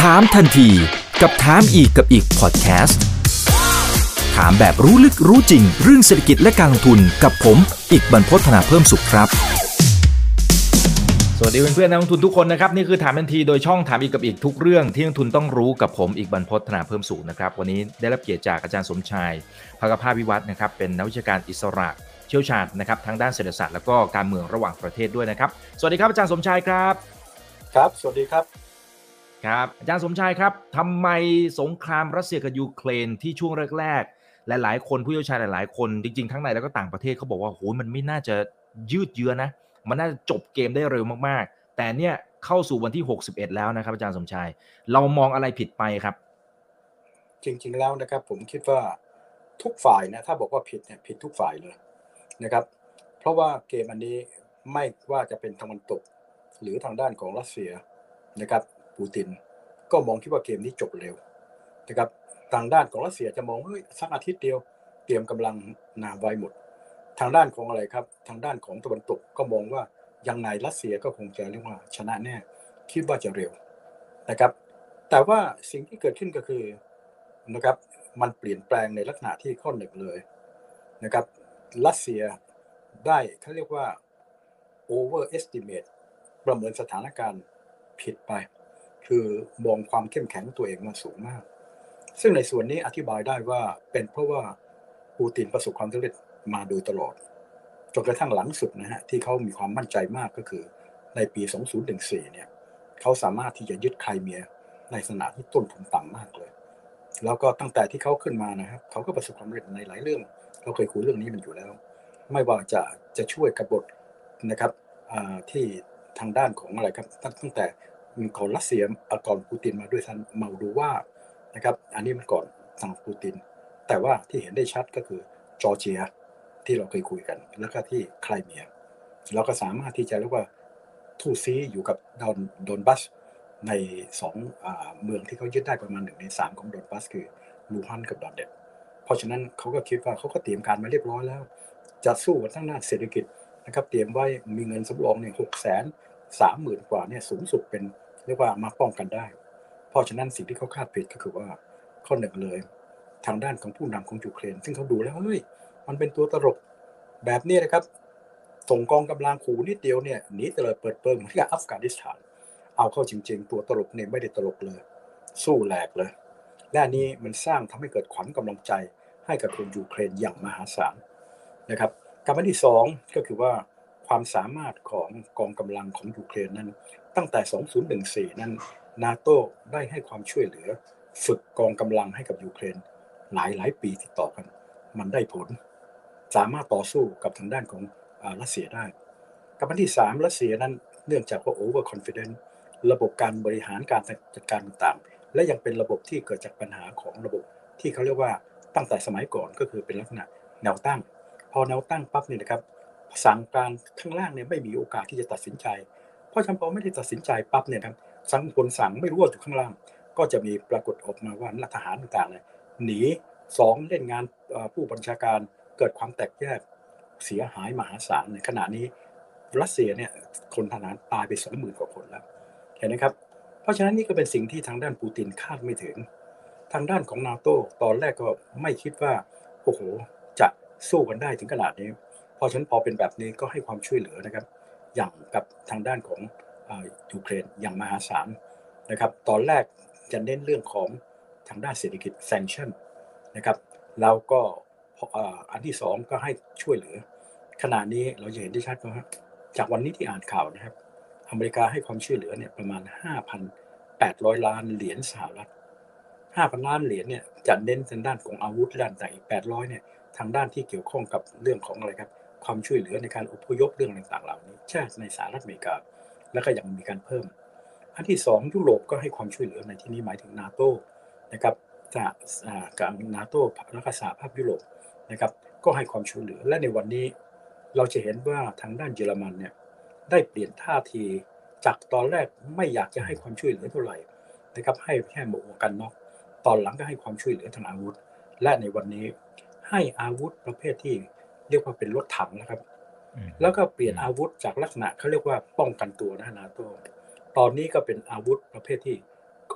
ถามทันทีกับถามอีกกับอีกพอดแคสต์ถามแบบรู้ลึกรู้จริงเรื่องเศรษฐกิจและการลงทุนกับผมอีกบรรพต ธนาเพิ่มสุขครับสวัสดีเพื่อนๆนักลงทุนทุกคนนะครับนี่คือถามทันทีโดยช่องถามอีกกับอีกทุกเรื่องที่นักลงทุนต้องรู้กับผมอีกบรรพต ธนาเพิ่มสุขนะครับวันนี้ได้รับเกียรติจากอาจารย์สมชายภกภาพวิวัฒน์นะครับเป็นนักวิชาการอิสระเชี่ยวชาญนะครับทั้งด้านเศรษฐศาสตร์แล้วก็การเมืองระหว่างประเทศด้วยนะครับสวัสดีครับอาจารย์สมชายครับครับสวัสดีครับครับอาจารย์สมชายครับทำไมสงครามรัสเซียกับยูเครนที่ช่วงแรกๆหลายๆคนผู้เชี่ยวชาญหลายๆคนจริงๆทั้งในแล้วก็ต่างประเทศเขาบอกว่าโหมันไม่น่าจะยืดเยื้อนะมันน่าจะจบเกมได้เร็วมากๆแต่เนี่ยเข้าสู่วันที่61แล้วนะครับอาจารย์สมชายเรามองอะไรผิดไปครับจริงๆแล้วนะครับผมคิดว่าทุกฝ่ายนะถ้าบอกว่าผิดเนี่ยผิดทุกฝ่ายเลยนะครับเพราะว่าเกมอันนี้ไม่ว่าจะเป็นตะวันตกหรือทางด้านของรัสเซียนะครับปูตินก็มองคิดว่าเกมนี้จบเร็วนะครับทางด้านของรัสเซียจะมองเฮ้ยสักอาทิตย์เดียวเตรียมกำลังนาไว้หมดทางด้านของอะไรครับทางด้านของตะวันตกก็มองว่ายังไงรัสเซียก็คงจะเรียกว่าชนะแน่คิดว่าจะเร็วนะครับแต่ว่าสิ่งที่เกิดขึ้นก็คือนะครับมันเปลี่ยนแปลงในลักษณะที่ข้อหนึ่งเลยนะครับรัสเซียได้เขาเรียกว่า overestimate ประเมินสถานการณ์ผิดไปคือมองความเข้มแข็งตัวเองมาสูงมากซึ่งในส่วนนี้อธิบายได้ว่าเป็นเพราะว่าปูตินประสบความสำเร็จมาโดยตลอดจนกระทั่งหลังสุดนะฮะที่เขามีความมั่นใจมากก็คือในปี2014เนี่ยเขาสามารถที่จะยึดไครเมียในขณะที่ต้นทุนต่ำมากเลยแล้วก็ตั้งแต่ที่เขาขึ้นมานะครับเขาก็ประสบความสำเร็จในหลายเรื่องเราเคยคุยเรื่องนี้มันอยู่แล้วไม่ว่าจะช่วยกบฏนะครับที่ทางด้านของอะไรครับตั้งแต่ของรัสเซียก่อนปูตินมาด้วยทันมาดูว่านะครับอันนี้มันก่อนทางปูตินแต่ว่าที่เห็นได้ชัดก็คือจอร์เจียที่เราเคยคุยกันแล้วก็ที่ไครเมียเราก็สามารถที่จะเรียกว่าทู่ซีอยู่กับโดนบัสใน2เมืองที่เขายึดได้ประมาณ1 ใน 3ของโดนบัสคือลูฮันกับดอนเด็ตเพราะฉะนั้นเขาก็คิดว่าเขาก็เตรียมการมาเรียบร้อยแล้วจะสู้กันทั้งด้านเศรษฐกิจนะครับเตรียมไว้มีเงินสำรองเนี่ย630,000 กว่าเนี่ยสูงสุดเป็นเรียกว่ามาป้องกันได้เพราะฉะนั้นสิ่งที่เขาคาดผิดก็คือว่าข้อหนึ่งเลยทางด้านของผู้นำของยูเครนซึ่งเขาดูแล้วเฮ้ยมันเป็นตัวตลกแบบนี้นะครับส่งกองกำลังขู่นิดเดียวเนี่ยหนีเตลิดเปิดเปิงเหมือนกับอัฟกานิสถานเอาเข้าจริงๆตัวตลกเนี่ยไม่ได้ตลกเลยสู้แหลกเลยและนี้มันสร้างทำให้เกิดขวัญกำลังใจให้กับคนยูเครนอย่างมหาศาลนะครับกับอันที่2ก็คือว่าความสามารถของกองกำลังของยูเครนนั้นตั้งแต่2014นั้นนาโต้ได้ให้ความช่วยเหลือฝึกกองกำลังให้กับยูเครนหลายปีติดต่อกันมันได้ผลสามารถต่อสู้กับทางด้านของรัสเซียได้กับอันที่3รัสเซียนั้นเนื่องจากว่า over confident ระบบการบริหารการจัดการต่างๆและยังเป็นระบบที่เกิดจากปัญหาของระบบที่เขาเรียกว่าตั้งแต่สมัยก่อนก็คือเป็นลักษณะแนวตั้งพอแนวตั้งปั๊บเนี่ยนะครับสั่งการข้างล่างเนี่ยไม่มีโอกาสที่จะตัดสินใจเพราะฉะนั้นพอไม่ได้ตัดสินใจปั๊บเนี่ยครับสั่งคนสั่งไม่รู้ว่าอยู่ข้างล่างก็จะมีปรากฏออกมาว่าทหารต่างๆเนี่ยหนี2เล่นงานผู้บัญชาการเกิดความแตกแยกเสียหายมหาศาลในขณะนี้รัสเซียเนี่ยคนทหารตายไป 20,000 กว่าคนแล้วเห็นไหมครับเพราะฉะนั้นนี่ก็เป็นสิ่งที่ทางด้านปูตินคาดไม่ถึงทางด้านของ NATO ตอนแรกก็ไม่คิดว่าโอ้โหจะสู้กันได้ถึงขนาดนี้เพราะฉะนั้นพอเป็นแบบนี้ก็ให้ความช่วยเหลือนะครับอย่างกับทางด้านของยูเครนอย่างมหาศาลนะครับตอนแรกจะเน้นเรื่องของทางด้านเศรษฐกิจ sanction นะครับแล้วก็อันที่2ก็ให้ช่วยเหลือขณะนี้เราจะเห็นได้ชัดว่าจากวันนี้ที่อ่านข่าวนะครับอเมริกาให้ความช่วยเหลือเนี่ยประมาณ 5,800 ล้านเหรียญสหรัฐ 5,000 ล้านเหรียญเนี่ยจะเน้นทางด้านของอาวุธด้านต่างอีก800เนี่ยทางด้านที่เกี่ยวข้องกับเรื่องของอะไรครับความช่วยเหลือในการอพยพเรื่องต่างๆเหล่านี้ใช่ในสหรัฐอเมริกาแล้วก็ยังมีการเพิ่มอันที่2ยุโรปก็ให้ความช่วยเหลือในที่นี้หมายถึง NATO นะครับกับ NATO และก็สหภาพยุโรปนะครับก็ให้ความช่วยเหลือและในวันนี้เราจะเห็นว่าทางด้านเยอรมันเนี่ยได้เปลี่ยนท่าทีจากตอนแรกไม่อยากจะให้ความช่วยเหลือเท่าไหร่นะครับให้แค่หมวกกันน็อกตอนหลังก็ให้ความช่วยเหลือทางอาวุธและในวันนี้ให้อาวุธประเภทที่เรียกว่าเป็นรถถังนะครับแล้วก็เปลี่ยนอาวุธจากลักษณะเขาเรียกว่าป้องกันตัวนะนาโต้ตอนนี้ก็เป็นอาวุธประเภทที่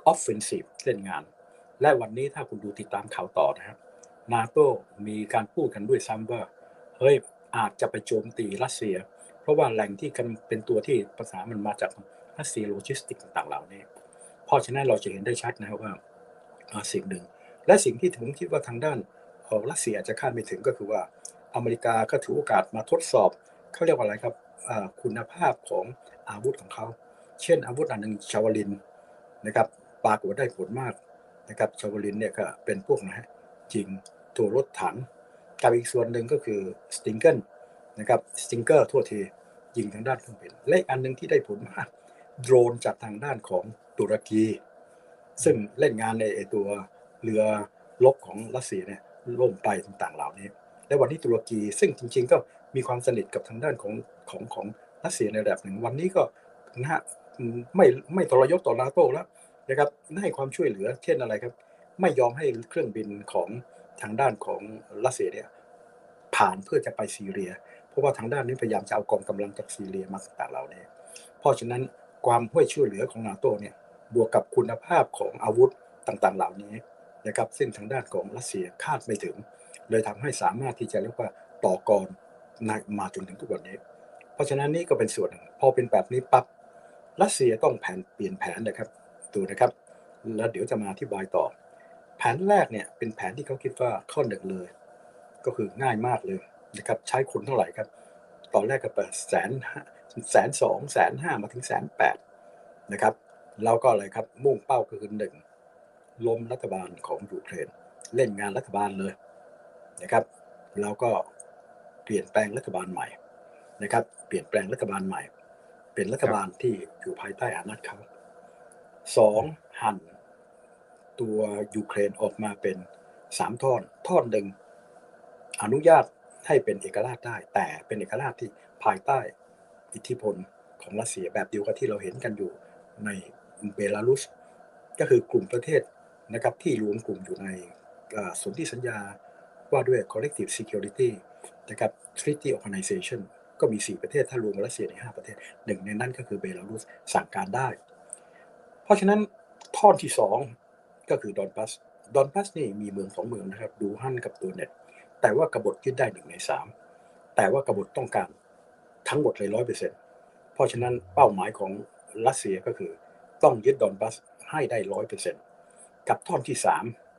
offensive เล่นงานและวันนี้ถ้าคุณดูติดตามข่าวต่อนะครับนาโตมีการพูดกันด้วยซ้ำว่าเฮ้ยอาจจะไปโจมตีรัสเซียเพราะว่าแหล่งที่กันเป็นตัวที่ภาษามันมาจากรัสเซียโลจิสติกต่างๆเหล่านี้เพราะฉะนั้นเราจะเห็นได้ชัดนะครับว่าสิ่งหนึ่งและสิ่งที่ผมคิดว่าทางด้านของรัสเซียอาจจะคาดไม่ถึงก็คือว่าอเมริกาก็ถือโอกาสมาทดสอบเขาเรียกว่าอะไรครับคุณภาพของอาวุธของเขาเช่นอาวุธอันหนึ่งชาวลินนะครับปรากฏได้ผลมากนะครับชาวลินเนี่ยก็เป็นพวกนะฮะยิงตัวรถถังกับอีกส่วนหนึ่งก็คือสติงเกิลนะครับสติงเกอร์ทั่วทียิงทางด้านเครื่องบินและอันหนึ่งที่ได้ผลมากโดรนจากทางด้านของตุรกีซึ่งเล่นงานในตัวเรือรบของรัสเซียเนี่ยล่มไปต่างๆเหล่านี้และวันนี้ตุรกีซึ่งจริงๆก็มีความสนิทกับทางด้านของรัสเซียในระดับหนึ่งวันนี้ก็นะฮะไม่ทรยศต่อนาโต้แล้วนะครับให้ความช่วยเหลือเช่นอะไรครับไม่ยอมให้เครื่องบินของทางด้านของรัสเซียเนี่ยผ่านเพื่อจะไปซีเรียเพราะว่าทางด้านนี้พยายามจะเอากองกำลังจากซีเรียมาต่างๆเหล่านี้เพราะฉะนั้นความช่วยเหลือของนาโต้เนี่ยบวกกับคุณภาพของอาวุธต่างๆเหล่านี้นะครับซึ่งทางด้านของรัสเซียคาดไม่ถึงเลยทำให้สามารถที่จะเรียกว่าต่อกรมาจนถึงทุกวันนี้เพราะฉะนั้นนี่ก็เป็นส่วนหนึ่งพอเป็นแบบนี้ปั๊บรัสเซียต้องเปลี่ยนแผนนะครับดูนะครับแล้วเดี๋ยวจะมาอธิบายต่อแผนแรกเนี่ยเป็นแผนที่เขาคิดว่าข้อหนึ่งเลยก็คือง่ายมากเลยนะครับใช้คนเท่าไหร่ครับตอนแรกก็เปิด120,000 150,000มาถึง180,000นะครับแล้วก็อะไรครับมุ่งเป้าก็คือหนึ่งล้มรัฐบาลของยูเครนเล่นงานรัฐบาลเลยนะครับแล้วก็เปลี่ยนแปลงรัฐบาลใหม่นะครับเปลี่ยนแปลงรัฐบาลใหม่เป็นรัฐบาลที่อยู่ภายใต้อำนาจเขาสองหั่นตัวยูเครนออกมาเป็น3ท่อนหนึ่งอนุญาตให้เป็นเอกราชได้แต่เป็นเอกราชที่ภายใต้อิทธิพลของรัสเซียแบบเดียวกับที่เราเห็นกันอยู่ในเบลารุสก็คือกลุ่มประเทศนะครับที่รวมกลุ่มอยู่ในสนธิสัญญาว่าด้วย collective security นะครับ treaty organization ก็มี4ประเทศถ้ารวมรัสเซียใน5ประเทศหนึ่งในนั้นก็คือเบลารุสสั่งการได้เพราะฉะนั้นท่อนที่2ก็คือดอนบัสนี่มีเมือง2เมืองนะครับดูฮั่นกับตัวเน็ตแต่ว่ากบฏยึดได้1ใน3แต่ว่ากบฏต้องการทั้งหมดเลย 100% เพราะฉะนั้นเป้าหมายของรัสเซียก็คือต้องยึดดอนบัสให้ได้ 100% กับท่อนที่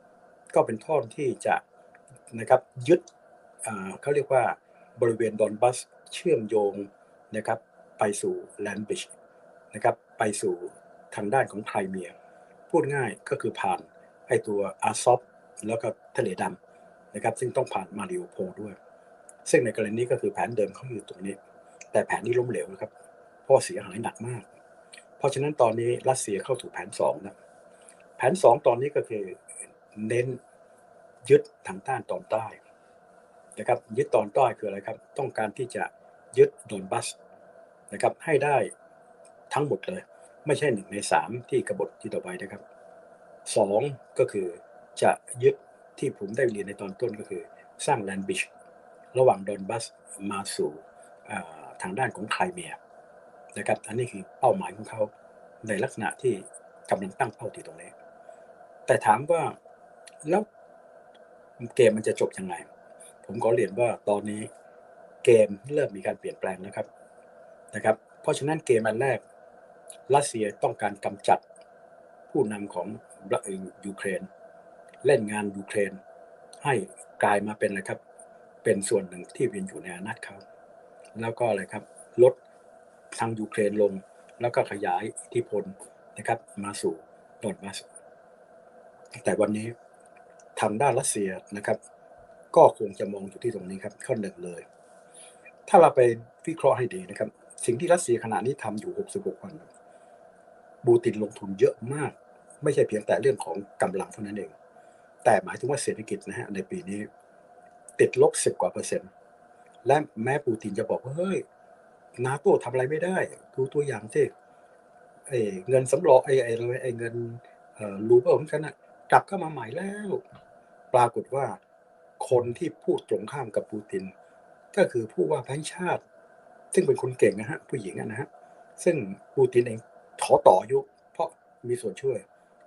3ก็เป็นท่อนที่จะนะครับยึดเขาเรียกว่าบริเวณดอนบัสเชื่อมโยงนะครับไปสู่แลนด์บริดจ์นะครับไปสู่ทางด้านของไครเมียพูดง่ายก็คือผ่านไอตัวอาซอฟแล้วก็ทะเลดำนะครับซึ่งต้องผ่านมาริโอโพลด้วยซึ่งในกรณีนี้ก็คือแผนเดิมเขาอยู่ตรงนี้แต่แผนนี้ล้มเหลวนะครับเพราะเสียหายหนักมากเพราะฉะนั้นตอนนี้รัสเซียเข้าสู่แผน2นะแผน2ตอนนี้ก็คือเน้นยึดทางด้านตอนใต้นะครับยึดตอนใต้คืออะไรครับต้องการที่จะยึดดอนบัสนะครับให้ได้ทั้งหมดเลยไม่ใช่1ใน3ที่กบฏยึดเอาไว้นะครับ2ก็คือจะยึดที่ผมได้เรียนในตอนต้นก็คือสร้างแลนด์บริดจ์ระหว่างดอนบัสมาสู่ทางด้านของไครเมียนะครับอันนี้คือเป้าหมายของเขาในลักษณะที่กำลังตั้งเป้าที่ตรงนี้แต่ถามว่าแล้วเกมมันจะจบยังไงผมขอเรียนว่าตอนนี้เกมเริ่มมีการเปลี่ยนแปลงนะครับเพราะฉะนั้นเกมอันแรกรัสเซียต้องการกำจัดผู้นำของยูเครนเล่นงานยูเครนให้กลายมาเป็นอะไรครับเป็นส่วนหนึ่งที่เป็นอยู่ในอำนาจเขาแล้วก็อะไรครับลดทางยูเครนลงแล้วก็ขยายอิทธิพลนะครับมาสู่ดอนบัสแต่วันนี้ทางด้านรัสเซียนะครับก็คงจะมองอยู่ที่ตรงนี้ครับข้อหนึ่งเลยถ้าเราไปวิเคราะห์ให้ดีนะครับสิ่งที่รัสเซียขณะนี้ทำอยู่66วันปูตินลงทุนเยอะมากไม่ใช่เพียงแต่เรื่องของกำลังเท่านั้นเองแต่หมายถึงว่าเศรษฐกิจนะฮะในปีนี้ติดลบ10 กว่า%และแม้ปูตินจะบอกว่าเฮ้ยนาโต้ทำอะไรไม่ได้ดูตัวอย่างที่เงินสำรองเงินรูเบิลของฉันนะกลับเข้ามาใหม่แล้วปรากฏว่าคนที่พูดตรงข้ามกับปูตินก็คือผู้ว่าแบงก์ชาติซึ่งเป็นคนเก่งนะฮะผู้หญิงนะฮะซึ่งปูตินเองขอต่ออายุเพราะมีส่วนช่วย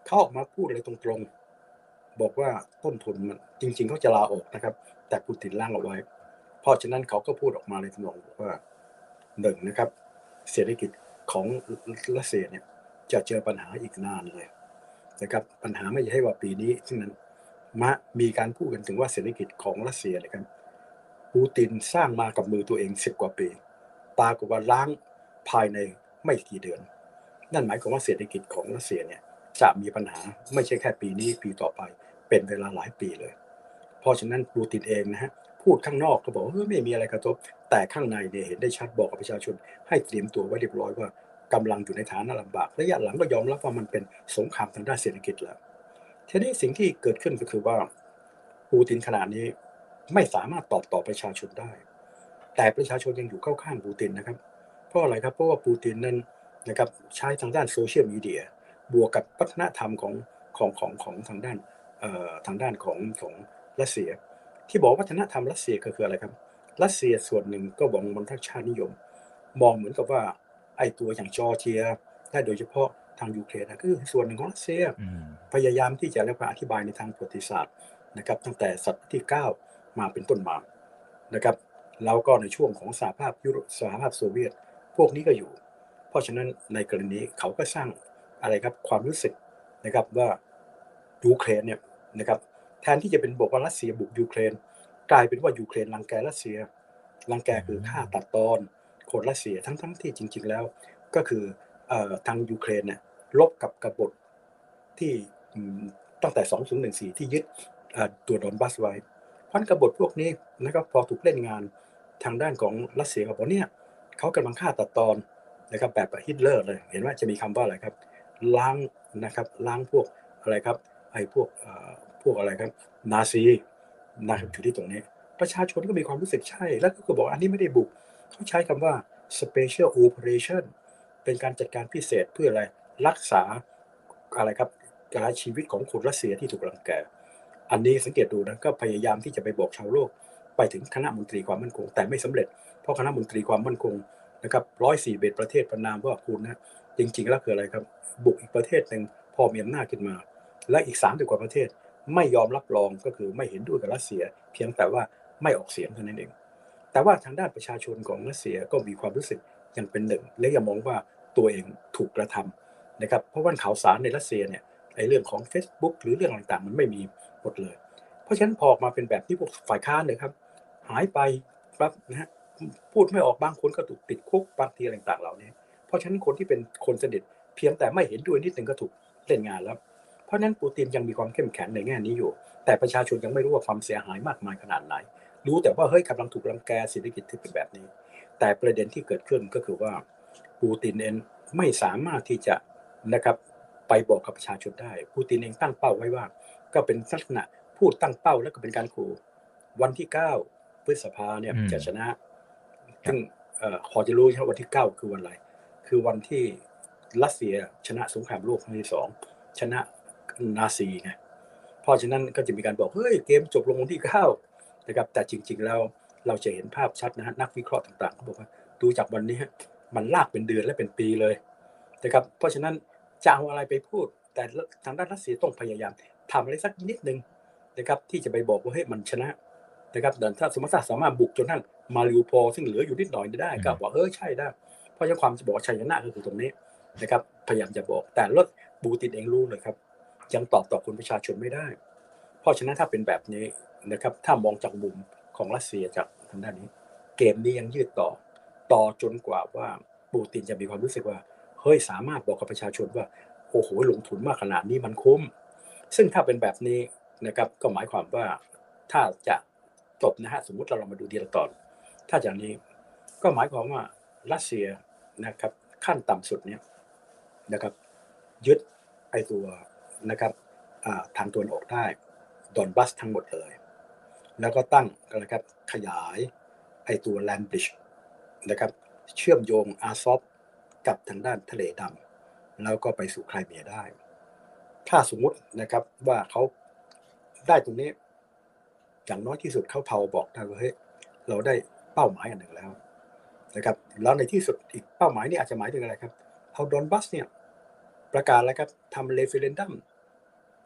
เขาออกมาพูดเลยตรงๆบอกว่าต้นทุนมันจริงๆเขาจะลาออกนะครับแต่ปูตินร่างเอาไว้เพราะฉะนั้นเขาก็พูดออกมาในทำนองว่าหนึ่งนะครับเศรษฐกิจของรัสเซียเนี่ยจะเจอปัญหาอีกนานเลยนะครับปัญหาไม่ใช่ว่าปีนี้ที่นั้นมีการพูดกันถึงว่าเศรษฐกิจของรัสเซียนะครับปูตินสร้างมากับมือตัวเอง10กว่าปีปรากฏว่าล้างภายในไม่กี่เดือนนั่นหมายความว่าเศรษฐกิจของรัสเซียเนี่ยจะมีปัญหาไม่ใช่แค่ปีนี้ปีต่อไปเป็นเวลาหลายปีเลยเพราะฉะนั้นปูตินเองนะฮะพูดข้างนอกก็บอกว่าไม่มีอะไรกระทบแต่ข้างในเนี่ยเห็นได้ชัดบอกกับประชาชนให้เตรียมตัวไว้เรียบร้อยว่ากำลังอยู่ในฐานะลำบากระยะหลังก็ยอมรับว่ามันเป็นสงครามทางด้านเศรษฐกิจแล้วทีนี้สิ่งที่เกิดขึ้นก็คือว่าปูตินขณะนี้ไม่สามารถตอบต่อประชาชนได้แต่ประชาชนยังอยู่เข้าข้างปูตินนะครับเพราะอะไรครับเพราะว่าปูตินนั้นนะครับใช้ทางด้านโซเชียลมีเดียบวกกับวัฒนธรรมของทางด้านทางด้านของรัสเซียที่บอกวัฒนธรรมรัสเซียก็คืออะไรครับรัสเซียส่วนหนึ่งก็บอกมันทักชาตินิยมมองเหมือนกับว่าไอ้ตัวอย่างจอร์เจียและโดยเฉพาะทางยูเครนคือส่วนหนึ่งของรัสเซียพยายามที่จะเรียกว่าอธิบายในทางประวัติศาสตร์นะครับตั้งแต่ศตวรรษที่9มาเป็นต้นมานะครับแล้วก็ในช่วงของสหภาพยุโรปสหภาพโซเวียตพวกนี้ก็อยู่เพราะฉะนั้นในกรณีเขาก็สร้างอะไรครับความรู้สึกนะครับว่ายูเครนเนี่ยนะครับแทนที่จะเป็นบอกว่ารัสเซียบุกยูเครนกลายเป็นว่ายูเครนรังแกรัสเซียรังแกคือฆ่าตัดตอนคนรัสเซียทั้งที่จริงๆแล้วก็คือทางยูเครนเนี่ยลบกับกบฏที่ตั้งแต่2014ที่ยึดตัวดอนบัสไว้เพราะกบฏพวกนี้นะครับพอถูกเล่นงานทางด้านของรัสเซียเขาบอกเนี่ยเขากำลังฆ่าตัดตอนนะครับแบบฮิตเลอร์เลยเห็นว่าจะมีคำว่าอะไรครับล้างนะครับล้างพวกอะไรครับไอ้พวกอะไรครับนาซีนะครับอยู่ที่ตรงนี้ประชาชนก็มีความรู้สึกใช่แล้วก็บอกอันนี้ไม่ได้บุกเขาใช้คำว่า special operation เป็นการจัดการพิเศษเพื่ออะไรรักษาอะไรครับการชีวิตของคนรัสเซียที่ถูกรังแกอันนี้สังเกตดูนะก็พยายามที่จะไปบอกชาวโลกไปถึงคณะมนตรีความมั่นคงแต่ไม่สำเร็จเพราะคณะมนตรีความมั่นคงนะครับ141ประเทศประนามว่าคุณนะจริงๆแล้วคืออะไรครับบุกอีกประเทศหนึ่งพอมีอำนาจขึ้นมาและอีก30กว่าประเทศไม่ยอมรับรองก็คือไม่เห็นด้วยกับรัสเซียเพียงแต่ว่าไม่ออกเสียงเท่านั้นเองแต่ว่าทางด้านประชาชนของรัสเซียก็มีความรู้สึกยังเป็นหนึ่งและยังมองว่าตัวเองถูกกระทำนะครับเพราะว่าข่าวสารในรัสเซียเนี่ยไอ้เรื่องของ Facebook หรือเรื่องต่างๆมันไม่มีหมดเลยเพราะฉะนั้นพอออกมาเป็นแบบที่พวกฝ่ายค้านนะครับหายไปปั๊บนะฮะพูดไม่ออกบางคนก็ถูกติดคุกบางทีอะไรต่างๆเหล่านี้เพราะฉะนั้นคนที่เป็นคนสนิทเพียงแต่ไม่เห็นด้วยนิดนึงก็ถูกเล่นงานแล้วเพราะฉะนั้นปูตินยังมีความเข้มแข็งในแง่นี้อยู่แต่ประชาชนยังไม่รู้ว่าความเสียหายมากมายขนาดไหนรู้แต่ว่าเฮ้ยกำลังถูกรังแกเศรษฐกิจที่เป็นแบบนี้แต่ประเด็นที่เกิดขึ้นก็คือว่าปูตินเองไม่สามารถที่จะนะครับไปบอกกับประชาชนได้ปูตินเองตั้งเป้าไว้ว่าก็เป็นลักษณะพูดตั้งเป้าแล้วก็เป็นการขู่วันที่9พฤษภาเนี่ยจะชนะซึ่งพอจะรู้ใช่ไหมวันที่9คือวันอะไรคือวันที่รัสเซียชนะสงครามโลกครั้งที่2ชนะนาซีไงเพราะฉะนั้นก็จะมีการบอกเฮ้ยเกมจบลงวันที่9นะครับแต่จริงๆแล้วเราจะเห็นภาพชัดนะฮะนักวิเคราะห์ต่างๆเขาบอกว่าดูจากวันนี้มันลากเป็นเดือนและเป็นปีเลยนะครับเพราะฉะนั้นจะเอาอะไรไปพูดแต่ทางด้านรัสเซียต้องพยายามทำอะไรสักนิดนึงนะครับที่จะไปบอกว่าเฮ้ยมันชนะนะครับแต่ถ้าสมมติสามารถบุกจนทั้งมาริอูโพลซึ่งเหลืออยู่นิดหน่อยได้ก็บอกใช่ได้เพราะฉะนั้นความจะบอกชัยชนะก็คือตรงนี้นะครับพยายามจะบอกแต่รถปูตินเองรู้เลยครับยังตอบต่อคนประชาชนไม่ได้เพราะฉะนั้นถ้าเป็นแบบนี้นะครับถ้ามองจากมุมของรัสเซียจากทางด้านนี้เกมนี้ยังยืดต่อจนกว่าว่าปูตินจะมีความรู้สึกว่าเฮ้ยสามารถบอกกับประชาชนว่าโอ้โหลงทุนมากขนาดนี้มันคุ้มซึ่งถ้าเป็นแบบนี้นะครับก็หมายความว่าถ้าจะจบนะฮะสมมุติเรามาดูทีละตอนถ้าจากนี้ก็หมายความว่ารัสเซียนะครับขั้นต่ำสุดเนี่ยนะครับยึดไอตัวนะครับทางตะวันออกได้ดอนบัสทั้งหมดเลยแล้วก็ตั้งนะครับขยายไอตัวแลนด์บริดจ์นะครับเชื่อมโยงอาซอฟกับทางด้านทะเลดำแล้วก็ไปสู่ไครเมียได้ถ้าสมมุตินะครับว่าเขาได้ตรงนี้อย่างน้อยที่สุดเขาเผาบอกได้ว่าเฮ้ยเราได้เป้าหมายอันหนึ่งแล้วนะครับแล้วในที่สุดอีกเป้าหมายนี้อาจจะหมายถึงอะไรครับเอาดอนบัสเนี่ยประกาศแล้วครับทำเรฟเฟอเรนดัม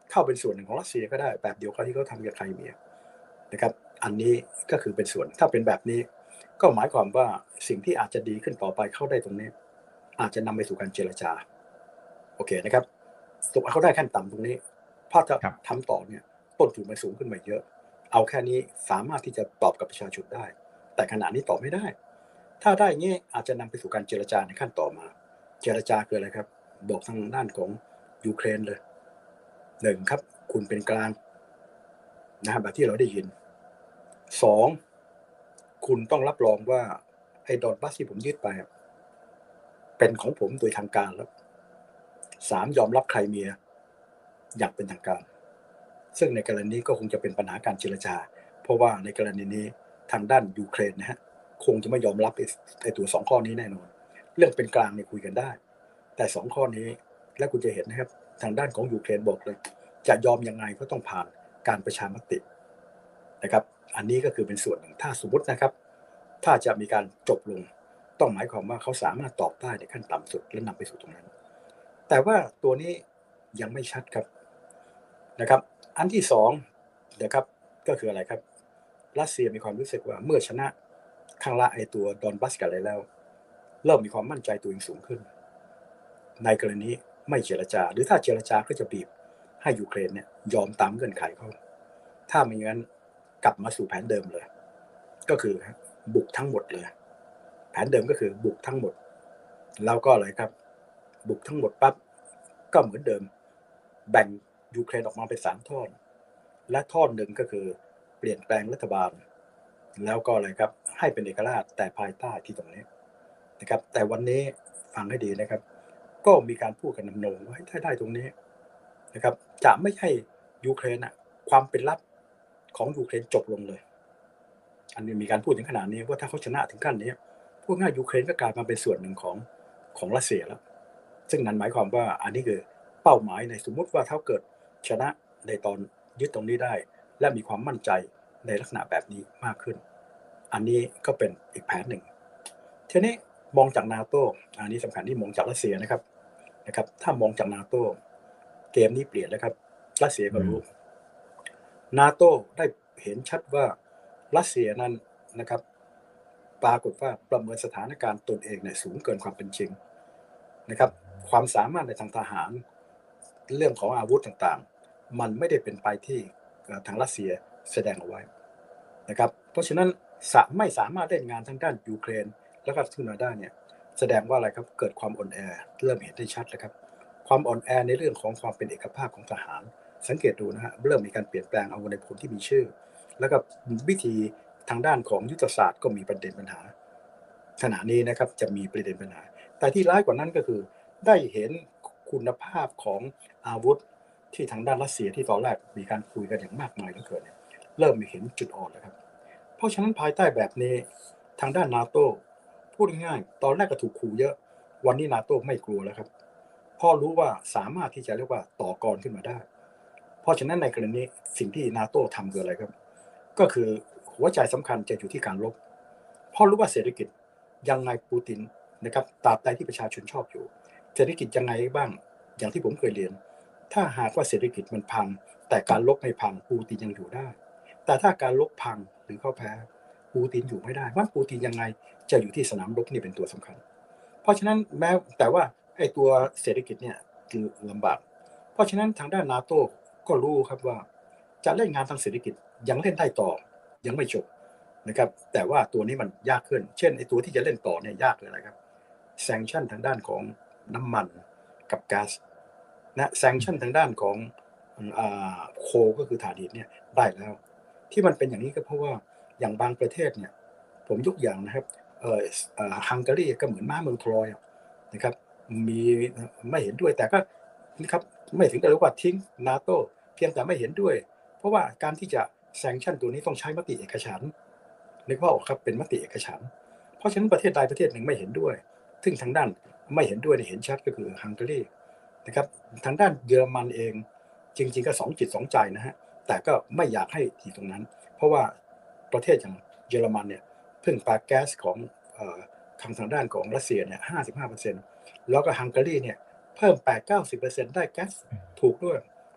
เข้าเป็นส่วนหนึ่งของรัสเซียก็ได้แบบเดียวกับที่เขาทำกับไครเมียนะครับอันนี้ก็คือเป็นส่วนถ้าเป็นแบบนี้ก็หมายความว่าสิ่งที่อาจจะดีขึ้นต่อไปเข้าได้ตรงนี้อาจจะนำไปสู่การเจรจาโอเคนะครับสุดเขาได้ขั้นต่ำตรงนี้พอจะทำต่อเนี่ยต้นทุนมันสูงขึ้นมาเยอะเอาแค่นี้สามารถที่จะตอบกับประชาชนได้แต่ขณะนี้ตอบไม่ได้ถ้าได้เงี้ยอาจจะนำไปสู่การเจรจาในขั้นต่อมาเจรจาคืออะไรครับบอกทางด้านของยูเครนเลยหนึ่งครับคุณเป็นกลางนะครับแบบที่เราได้ยินสองคุณต้องรับรองว่าไอ้ดอนบัสที่ผมยึดไปเป็นของผมโดยทางการแล้วสามยอมรับไครเมียอย่างเป็นทางการซึ่งในกรณีนี้ก็คงจะเป็นปัญหาการเจรจาเพราะว่าในกรณีนี้ทางด้านยูเครนนะฮะคงจะไม่ยอมรับไอ้ตัวสองข้อนี้แน่นอนเรื่องเป็นกลางเนี่ยคุยกันได้แต่สองข้อนี้และคุณจะเห็นนะครับทางด้านของยูเครนบอกเลยจะยอมยังไงก็ต้องผ่านการประชามตินะครับอันนี้ก็คือเป็นส่วนหนึ่งถ้าสมมตินะครับถ้าจะมีการจบลงต้องหมายความว่าเขาสามารถตอบได้ในขั้นต่ำสุดและนำไปสู่ตรงนั้นแต่ว่าตัวนี้ยังไม่ชัดครับนะครับอันที่สองนะครับก็คืออะไรครับรัสเซียมีความรู้สึกว่าเมื่อชนะข้างละไอตัวดอนบัสกันอะไรแล้วเริ่มมีความมั่นใจตัวเองสูงขึ้นในกรณีไม่เจรจาหรือถ้าเจรจาก็จะบีบให้ยูเครนเนี่ยยอมตามเงื่อนไขเขาถ้าไม่งั้นกลับมาสู่แผนเดิมเลยก็คือบุกทั้งหมดเลยแผนเดิมก็คือบุกทั้งหมดแล้วก็อะไรครับบุกทั้งหมดปั๊บก็เหมือนเดิมแบ่งยูเครนออกมาเป็น3 ทอดและทอดหนึ่งก็คือเปลี่ยนแปลงรัฐบาลแล้วก็อะไรครับให้เป็นเอกราชแต่ภายใต้ที่ตรงนี้นะครับแต่วันนี้ฟังให้ดีนะครับก็มีการพูดกันนำโนงว่าถ้าได้ตรงนี้นะครับจะไม่ให้ยูเครนความเป็นลับของยูเครนจบลงเลยอันนี้มีการพูดถึงขนาดนี้ว่าถ้าเขาชนะถึงขั้นนี้พูดง่ายยูเครนก็กลายมาเป็นส่วนหนึ่งของรัสเซียแล้วซึ่งนั้นหมายความว่าอันนี้คือเป้าหมายในสมมติว่าถ้าเกิดชนะในตอนยึดตรงนี้ได้และมีความมั่นใจในลักษณะแบบนี้มากขึ้นอันนี้ก็เป็นอีกแผนหนึ่งทีนี้มองจากนาโต้อันนี้สำคัญที่มองจากรัสเซียนะครับถ้ามองจากนาโต้เกมนี้เปลี่ยนแล้วครับรัสเซียก็รู้นาโต้ได้เห็นชัดว่ารัสเซียนั้นนะครับปรากฏว่าประเมินสถานการณ์ตนเองเนี่ยสูงเกินความเป็นจริงนะครับความสามารถในทางทหารเรื่องของอาวุธต่างๆมันไม่ได้เป็นไปที่ทางรัสเซียแสดงเอาไว้นะครับเพราะฉะนั้นไม่สามารถเล่นงานทางด้านยูเครนแล้วก็ขึ้นมาได้เนี่ยแสดงว่าอะไรครับเกิดความอ่อนแอเริ่มเห็นได้ชัดแล้วครับความอ่อนแอในเรื่องของความเป็นเอกภาพของทหารสังเกตดูนะฮะเริ่มมีการเปลี่ยนแปลงเอาในพลที่มีชื่อแล้วก็วิธีทางด้านของยุทธศาสตร์ก็มีประเด็นปัญหาขณะนี้นะครับจะมีประเด็นปัญหาแต่ที่ร้ายกว่านั้นก็คือได้เห็นคุณภาพของอาวุธที่ทางด้านรัสเซียที่ตอนแรกมีการคุยกันอย่างมากมายเหลือเกินเนี่ยเริ่มมีเห็นจุดอ่อนแล้วครับเพราะฉะนั้นภายใต้แบบนี้ทางด้านนาโต้พูดง่ายๆตอนแรกก็ถูกขู่เยอะวันนี้นาโต้ไม่กลัวแล้วครับเพราะรู้ว่าสามารถที่จะเรียกว่าต่อกรขึ้นมาได้เพราะฉะนั้นในกรณีสิ่งที่นาโต้ทำคืออะไรครับก็คือหัวใจสำคัญจะอยู่ที่การลบเพราะรู้ว่าเศรษฐกิจยังไงปูตินนะครับตราบใดที่ประชาชนชอบอยู่เศรษฐกิจยังไงบ้างอย่างที่ผมเคยเรียนถ้าหากว่าเศรษฐกิจมันพังแต่การลบไม่พังปูตินยังอยู่ได้แต่ถ้าการลบพังหรือเขาแพ้ปูตินอยู่ไม่ได้ว่าปูตินยังไงจะอยู่ที่สนามรบนี่เป็นตัวสำคัญเพราะฉะนั้นแม้แต่ว่าไอ้ตัวเศรษฐกิจเนี่ยคือลำบากเพราะฉะนั้นทางด้านนาโต้ก็รู้ครับว่าจะเล่นงานทางเศรษฐกิจยังเล่นได้ต่อยังไม่จบนะครับแต่ว่าตัวนี้มันยากขึ้นเช่นไอ้ตัวที่จะเล่นต่อเนี่ยยากเลยนะครับแซงชั่นทางด้านของน้ำมันกับก๊าซนะแซงชั่นทางด้านของโคก็คือถ่านหินเนี่ยได้แล้วที่มันเป็นอย่างนี้ก็เพราะว่าอย่างบางประเทศเนี่ยผมยกอย่างนะครับฮังการีก็เหมือนม้าเมืองทรอยนะครับมีไม่เห็นด้วยแต่ก็นะครับไม่ถึงกับเรียกว่าทิ้งนาโต้เพียงแต่ไม่เห็นด้วยเพราะว่าการที่จะแซงชั่นตัวนี้ต้องใช้มติเอกฉันท์นึกว่าออกครับเป็นมติเอกฉันท์เพราะฉะนั้นประเทศใดประเทศหนึ่งไม่เห็นด้วยซึ่งทางด้านไม่เห็นด้วยเห็นชัดก็คือฮังการีนะครับทางด้านเยอรมันเองจริงๆก็สองจิตสองใจนะฮะแต่ก็ไม่อยากให้ที่ตรงนั้นเพราะว่าประเทศอย่างเยอรมันเนี่ยพึ่งพาแก๊สของทางด้านของรัสเซียเนี่ย 55% แล้วก็ฮังการีเนี่ยเพิ่ม 8-90% ได้แก๊สถูกด้วย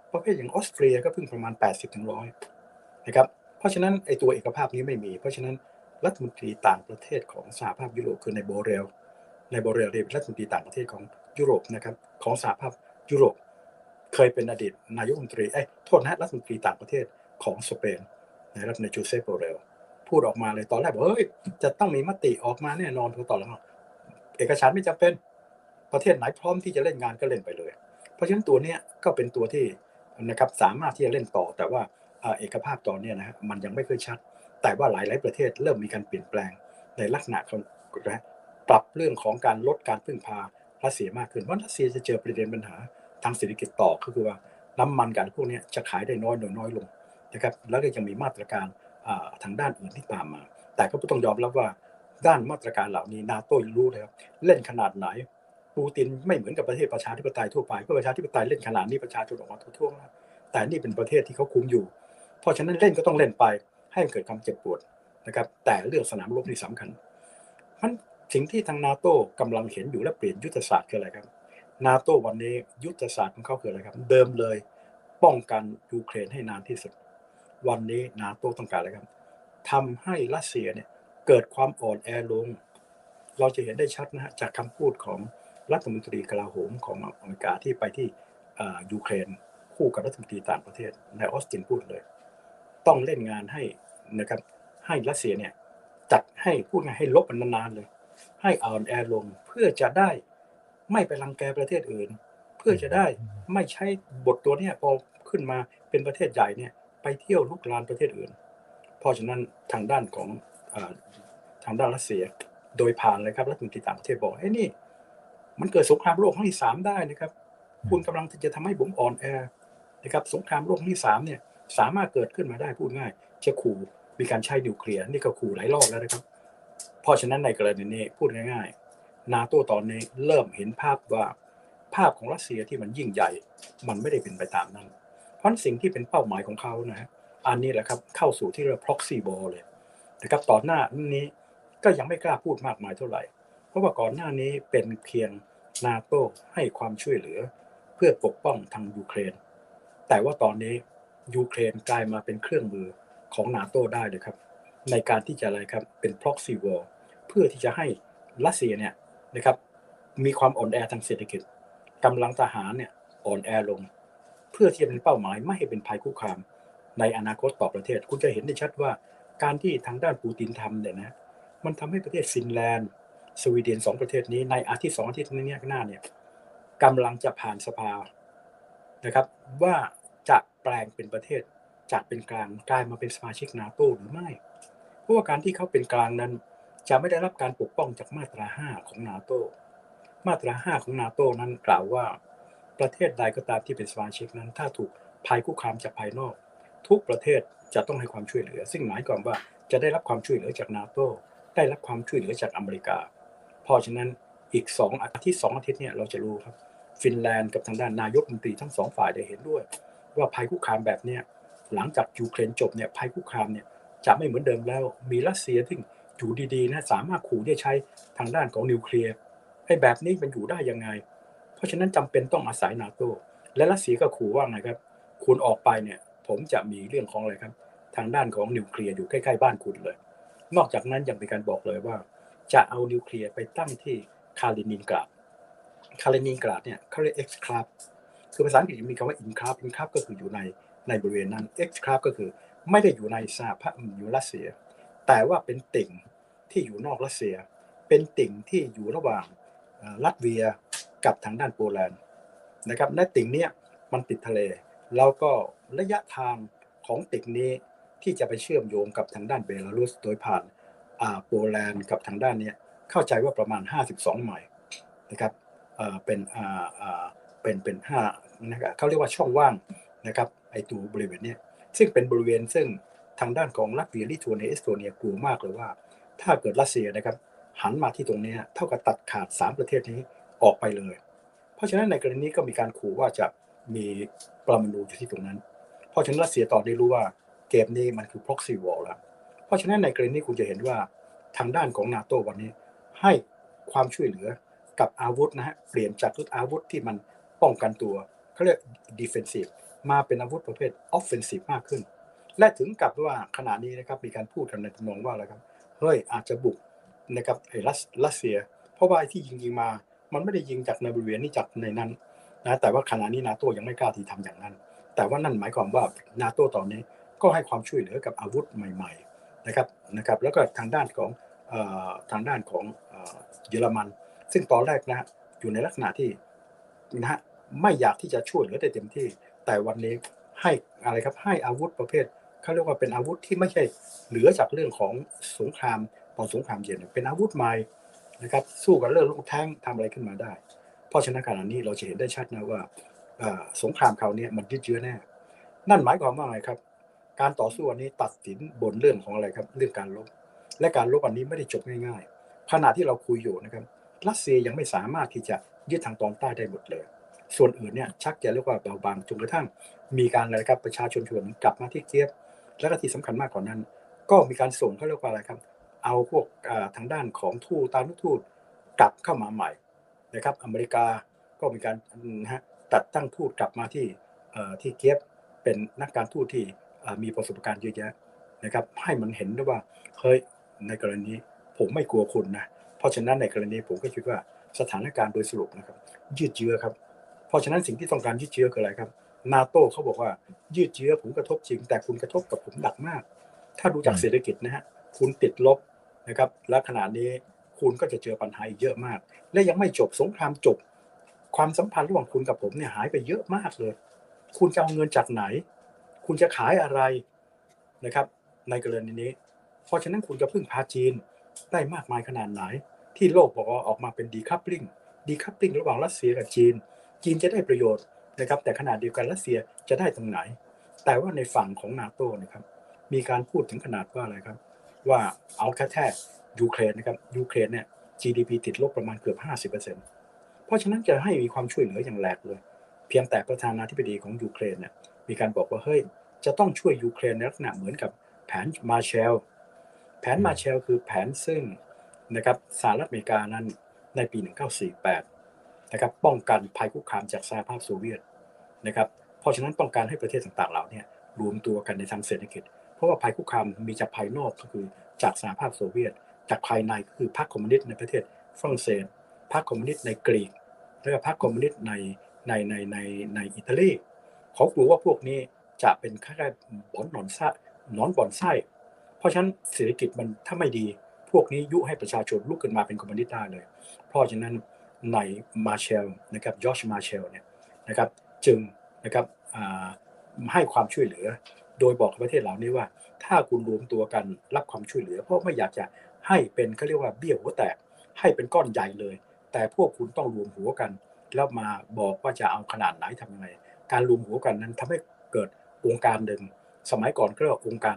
ประเภทอย่างออสเตรียก็เพิ่งประมาณ80 ถึง 100นะครับเพราะฉะนั้นไอ้ตัวเอกภาพนี้ไม่มีเพราะฉะนั้นรัฐมนตรีต่างประเทศของสหภาพยุโรปคือในโบเรลเป็นรัฐมนตรีต่างประเทศของยุโรปนะครับของสหภาพยุโรปเคยเป็นอดีตนายกรัฐมนตรีโทษนะรัฐมนตรีต่างประเทศของสเปนนะครับในจูเซปโบเรลพูดออกมาเลยตอนแรกบอกเฮ้ยจะต้องมีมติออกมาแน่นอนต่อหลังเอกฉันท์ไม่จำเป็นประเทศไหนพร้อมที่จะเล่นงานก็เล่นไปเลยเพราะฉะนั้นตัวนี้ก็เป็นตัวที่นะครับสามารถที่จะเล่นต่อแต่ว่าเอกภาพตอนนี้นะฮะมันยังไม่ค่อยชัดแต่ว่าหลายประเทศเริ่มมีการเปลี่ยนแปลงในลักษณะของปรับเรื่องของการลดการพึ่งพารัสเซียมากขึ้นเพราะรัสเซียจะเจอประเด็นปัญหาทางเศรษฐกิจต่อก็คือว่าน้ำมันกันพวกนี้จะขายได้น้อยลงนะครับแล้วก็ยังมีมาตรการทางด้านอื่นที่ตามมาแต่ก็ต้องยอมรับว่าด้านมาตรการเหล่านี้นาโต้รู้เลยครับเล่นขนาดไหนปูตินไม่เหมือนกับประเทศประชาธิปไตยทั่วไปเพื่อประชาธิปไตยเล่นขนาดนี้ประชาชนออกมาทั่วๆแต่นี่เป็นประเทศที่เขาคุมอยู่เพราะฉะนั้นเล่นก็ต้องเล่นไปให้เกิดความเจ็บปวดนะครับแต่เรื่องสนามรบนี่สำคัญมันสิ่งที่ทางนาโต้กำลังเห็นอยู่และเปลี่ยนยุทธศาสตร์คืออะไรครับนาโต้วันนี้ยุทธศาสตร์ของเขาคืออะไรครับเดิมเลยป้องกันยูเครนให้นานที่สุดวันนี้นาโต้ต้องการอะไรครับทำให้รัสเซียเนี่ยเกิดความอ่อนแอลงเราจะเห็นได้ชัดนะฮะจากคำพูดของรัฐมนตรีกลาโหมของอเมริกาที่ไปที่ยูเครนคู่กับรัฐมนตรีต่างประเทศในออสตินพูดเลยต้องเล่นงานให้นะครับให้รัสเซียเนี่ยจัดให้พูดง่ายให้ลบมันนานๆเลยให้อ่อนแอลงเพื่อจะได้ไม่ไปรังแกประเทศอื่นเพื่อจะได้ไม่ใช้บทตัวนี้พอขึ้นมาเป็นประเทศใหญ่เนี่ยไปเที่ยวลุกลานประเทศอื่นเพราะฉะนั้นทางด้านของทางด้านรัสเซียโดยผ่านเลยครับรัฐมนตรีต่างประเทศบอกนี่มันเกิดสงครามโลกครั้งที่3ได้นะครับคุณกำลังจะทำให้ผมอ่อนแอนะครับสงครามโลกครั้งที่3เนี่ยสามารถเกิดขึ้นมาได้พูดง่ายจะขู่มีการใช้นิวเคลียร์นี่ก็ขู่หลายรอบแล้วนะครับเพราะฉะนั้นในกรณีนี้พูดง่ายๆนาโต้ตอนนี้เริ่มเห็นภาพว่าภาพของรัสเซียที่มันยิ่งใหญ่มันไม่ได้เป็นไปตามนั้นเพราะสิ่งที่เป็นเป้าหมายของเขานะฮะอันนี้แหละครับเข้าสู่ที่เรียก proxy war เลยนะครับต่อหน้านี้ก็ยังไม่กล้าพูดมากมายเท่าไหร่เพราะว่าก่อนหน้านี้เป็นเพียงนาโต้ให้ความช่วยเหลือเพื่อปกป้องทางยูเครนแต่ว่าตอนนี้ยูเครนกลายมาเป็นเครื่องมือของนาโต้ได้เลยครับในการที่จะอะไรครับเป็น proxy war เพื่อที่จะให้รัสเซียเนี่ยนะครับมีความอ่อนแอทางเศรษฐกิจกำลังทหารเนี่ยอ่อนแอลงเพื่อที่จะเป็นเป้าหมายไม่ให้เป็นภัยคุกคามในอนาคตต่อประเทศคุณจะเห็นได้ชัดว่าการที่ทางด้านปูตินทำเนี่ยนะมันทำให้ประเทศฟินแลนด์สวีเดน2ประเทศนี้ในอาทิตย์2อาทิตย์นี้ข้างหน้าเนี่ยกำลังจะผ่านสภานะครับว่าจะแปลงเป็นประเทศจากเป็นกลางกลายมาเป็นสมาชิกนาโต้หรือไม่เพราะว่าการที่เขาเป็นกลางนั้นจะไม่ได้รับการปกป้องจากมาตรา5ของนาโต้มาตรา5ของนาโต้นั้นกล่าวว่าประเทศใดก็ตามที่เป็นสมาชิกนั้นถ้าถูกภัยคุกคามจากภายนอกทุกประเทศจะต้องให้ความช่วยเหลือซึ่งหมายความว่าจะได้รับความช่วยเหลือจากนาโต้ได้รับความช่วยเหลือจากอเมริกาเพราะฉะนั้นอีก2อาทิตย์เนี่ยเราจะรู้ครับฟินแลนด์กับทางด้านนายกรัฐมนตรีทั้ง2ฝ่ายได้เห็นด้วยว่าภัยคุกคามแบบนี้หลังจากยูเครนจบเนี่ยภัยคุกคามเนี่ยจะไม่เหมือนเดิมแล้วมีรัสเซียที่อยู่ดีๆนะสามารถขู่ได้ใช้ทางด้านของนิวเคลียร์ให้แบบนี้มันอยู่ได้ยังไงเพราะฉะนั้นจำเป็นต้องอาศัยนาโต้และรัสเซียก็ขู่ว่าไงครับคุณออกไปเนี่ยผมจะมีเรื่องของอะไรครับทางด้านของนิวเคลียร์อยู่ใกล้ๆบ้านคุณเลยนอกจากนั้นยังเป็นการบอกเลยว่าจะเอานิวเคลียร์ไปตั้งที่คาลินินกราดเนี่ยเขาเรียก exclave คือภาษาอังกฤษมีคำว่า enclave ก็คืออยู่ในบริเวณนั้น exclave ก็คือไม่ได้อยู่ในสหภาพอยู่รัสเซียแต่ว่าเป็นติ่งที่อยู่นอกรัสเซียเป็นติ่งที่อยู่ระหว่างลัตเวียกับทางด้านโปแลนด์นะครับและติ่งนี้มันติดทะเลแล้วก็ระยะทางของติ่งนี้ที่จะไปเชื่อมโยงกับทางด้านเบลารุสโดยผ่านโปแลนด์กับทางด้านนี้เข้าใจว่าประมาณ52ไมล์นะครับเป็น5นะครับเขาเรียกว่าช่องว่างนะครับไอตัวบริเวณนี้ซึ่งเป็นบริเวณซึ่งทางด้านของลัตเวียลิทัวเนียเอสโตเนียกลัวมากเลยว่าถ้าเกิดรัสเซียนะครับหันมาที่ตรงนี้เท่ากับตัดขาด3ประเทศนี้ออกไปเลยเพราะฉะนั้นในกรณีนี้ก็มีการขู่ว่าจะมีปรมาณูอยู่ที่ตรงนั้นเพราะฉะนั้นรัสเซียตอนนี้รู้ว่าเกมนี้มันคือ proxy war แล้วเพราะฉะนั้นในกรณีนี้คุณจะเห็นว่าทางด้านของ NATO วันนี้ให้ความช่วยเหลือกับอาวุธนะฮะเปลี่ยนจากอาวุธที่มันป้องกันตัวเขาเรียก defensive มาเป็นอาวุธประเภท offensive มากขึ้นและถึงกับว่าขณะนี้นะครับมีการพูดกันในทำนองว่าอะไรครับเฮ้ยอาจจะบุกนะครับรัสเซียเพราะว่าไอ้ที่ยิงมามันไม่ได้ยิงจากในบริเวณนี้จากในนั้นนะแต่ว่าขณะนี้นาโต้ยังไม่กล้าที่ทำอย่างนั้นแต่ว่านั่นหมายความว่านาโต้ตอนนี้ก็ให้ความช่วยเหลือกับอาวุธใหม่ๆนะครับแล้วก็ทางด้านของเยอรมันซึ่งตอนแรกนะอยู่ในลักษณะที่นะฮะไม่อยากที่จะช่วยเหลือได้เต็มที่แต่วันนี้ให้อะไรครับให้อาวุธประเภทเขาเรียกว่าเป็นอาวุธที่ไม่ใช่เหลือจากเรื่องของสงครามตอนสงครามเย็นเป็นอาวุธใหม่นะครับสู้กับเรื่องลูกแท้งทำอะไรขึ้นมาได้เพราะฉะนั้นขณะนี้เราจะเห็นได้ชัดนะว่าสงครามคราวนี้มันยืดเยื้อแน่นั่นหมายความว่าไงครับการต่อสู้อันนี้ตัดสินบนเรื่องของอะไรครับเรื่องการรบและการรบอันนี้ไม่ได้จบง่ายๆขณะที่เราคุยอยู่นะครับรัสเซียยังไม่สามารถที่จะยึดทางตอนใต้ได้หมดเลยส่วนอื่นเนี่ยชักจะเรียกว่าเบาบางจนกระทั่งมีการอะไรครับประชาชนชวนกลับมาที่เคียฟและก็ที่สำคัญมากกว่านั้นก็มีการส่งเขาเรียกว่าอะไรครับเอาพวกทางด้านของตานุทูตกลับเข้ามาใหม่นะครับอเมริกาก็มีการตัดตั้งทูตกลับมาที่เคียฟเป็นนักการทูตที่มีประสบการณ์เยอะแยะนะครับให้มันเห็นด้วยว่าเฮ้ยในกรณีผมไม่กลัวคุณนะเพราะฉะนั้นในกรณีผมก็คิดว่าสถานการณ์โดยสรุปนะครับยืดเยื้อครับเพราะฉะนั้นสิ่งที่ต้องการยืดเยื้อคืออะไรครับนาโต้เขาบอกว่ายืดเยื้อผมกระทบจริงแต่คุณกระทบกับผมหนักมากถ้าดูจากเศรษฐกิจนะฮะคุณติดลบนะครับและขณะนี้คุณก็จะเจอปัญหาเยอะมากและยังไม่จบสงครามจบความสัมพันธ์ระหว่างคุณกับผมเนี่ยหายไปเยอะมากเลยคุณจะเอาเงินจากไหนคุณจะขายอะไรนะครับในกรณีนี้เพราะฉะนั้นคุณจะพึ่งพาจีนได้มากมายขนาดไหนที่โลกบอกว่าออกมาเป็นดีคัพลิ่งระหว่างรัสเซียกับจีนจะได้ประโยชน์นะครับแต่ขณะเดียวกันรัสเซียจะได้ตรงไหนแต่ว่าในฝั่งของนาโต้นะครับมีการพูดถึงขนาดว่าอะไรครับว่าเอาแค่ยูเครนนะครับยูเครนเนี่ย GDP ติดลบประมาณเกือบ 50% เพราะฉะนั้นจะให้มีความช่วยเหลืออย่างแรงเลยเพียงแต่ประธานาธิบดีของยูเครนเนี่ยมีการบอกว่าเฮ้ยจะต้องช่วยยูเครนในลักษณะเหมือนกับแผนมาร์แชลคือแผนซึ่งนะครับสหรัฐอเมริกานั้นในปี 1948 นะครับป้องกันภัยคุกคามจากสหภาพโซเวียตนะครับเพราะฉะนั้นต้องการให้ประเทศต่างๆเหล่านี้รวมตัวกันในทางเศรษฐกิจเพราะว่าภัยคุกคามมีจากภายนอกก็คือจากสหภาพโซเวียตจากภายในก็คือพรรคคอมมิวนิสต์ในประเทศฝรั่งเศสพรรคคอมมิวนิสต์ในกรีกและพรรคคอมมิวนิสต์ในอิตาลีเขากลัวว่าพวกนี้จะเป็นแค่บ่อนบ่อนไส้เพราะฉะนั้นเศรษฐกิจมันถ้าไม่ดีพวกนี้ยุให้ประชาชนลุกขึ้นมาเป็นคอมมิวนิสต์ได้เลยเพราะฉะนั้นในมาร์แชลนะครับจอร์จมาร์แชลเนี่ยนะครับจึงนะครับให้ความช่วยเหลือโดยบอกกับประเทศเหล่านี้ว่าถ้าคุณรวมตัวกันรับความช่วยเหลือเพราะไม่อยากจะให้เป็นเขาเรียกว่าเบี้ยหัวแตกให้เป็นก้อนใหญ่เลยแต่พวกคุณต้องรวมหัวกันแล้วมาบอกว่าจะเอาขนาดไหนทำยังไงการรวมหัวกันนั้นทำให้เกิดองค์การหนึ่งสมัยก่อนก็เรียกว่าองค์การ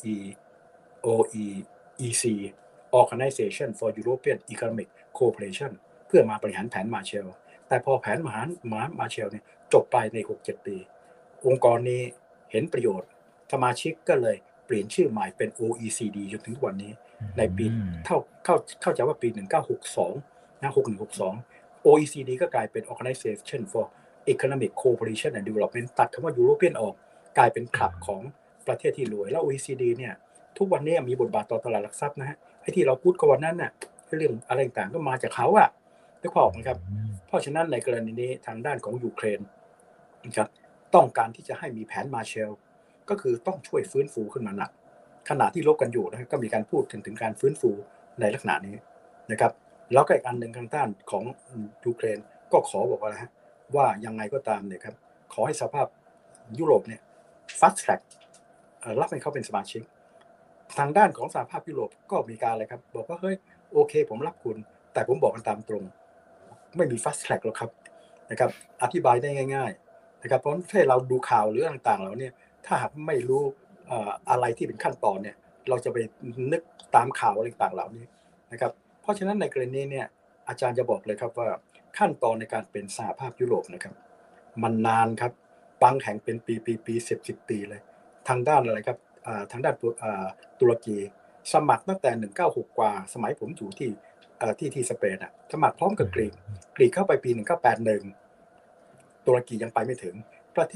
OEC Organization for European Economic Cooperation เพื่อมาบริหารแผนมาร์แชลแต่พอแผนมาร์แชลเนี่ยจบไปใน 6-7 ปีองค์กรนี้เห็นประโยชน์สมาชิกก็เลยเปลี่ยนชื่อใหม่เป็น OECD จนถึงวันนี้ในปีเข้าใจว่าปี 1962 6162 OECD ก็กลายเป็น Organization for Economic Cooperation and Development ตัดคำว่า European ออกกลายเป็นคลับของประเทศที่รวยแล้ว OECD เนี่ยทุกวันนี้มีบทบาทต่อตลาดหลักทรัพย์นะฮะไอ้ที่เราพูดกันวันนั้นน่ะเรื่องอะไรต่างๆก็มาจากเขาอะนึกภาพออกไหมครับเพราะฉะนั้นในกรณีนี้ทางด้านของยูเครนนะครับต้องการที่จะให้มีแผนมาร์แชลก็คือต้องช่วยฟื้นฟูขึ้นมาหนักขณะที่รบกันอยู่นะก็มีการพูดถึงการฟื้นฟูในลักษณะนี้นะครับแล้วก็อีกอันหนึ่งทางด้านของยูเครนก็ขอบอกว่ายังไงก็ตามเนี่ยครับขอให้สหภาพยุโรปเนี่ย fast track รับให้เขาเป็นสมาชิกทางด้านของสหภาพยุโรปก็มีการอะไรครับบอกว่าเฮ้ยโอเคผมรับคุณแต่ผมบอกกันตามตรงไม่มี fast track หรอกครับนะครับอธิบายได้ง่ายๆนะครับเพราะถ้าเราดูข่าวหรือต่างๆแล้วเนี่ยถ้าหากไม่รู้อะไรที่เป็นขั้นตอนเนี่ยเราจะไปนึกตามข่าวอะไรต่างๆเหล่านี้นะครับเพราะฉะนั้นในกรณีเนี่ยอาจารย์จะบอกเลยครับว่าขั้นตอนในการเป็นสหภาพยุโรปนะครับมันนานครับบางแห่งเป็นปี10 ปีเลยทางด้านอะไรครับทางด้านตุรกีสมัครตั้งแต่196กว่าสมัยผมอยู่ที่สเปนอ่ะสมัครพร้อมกับกรีกเข้าไปปี1981ตุรกียังไปไม่ถึงประเทศ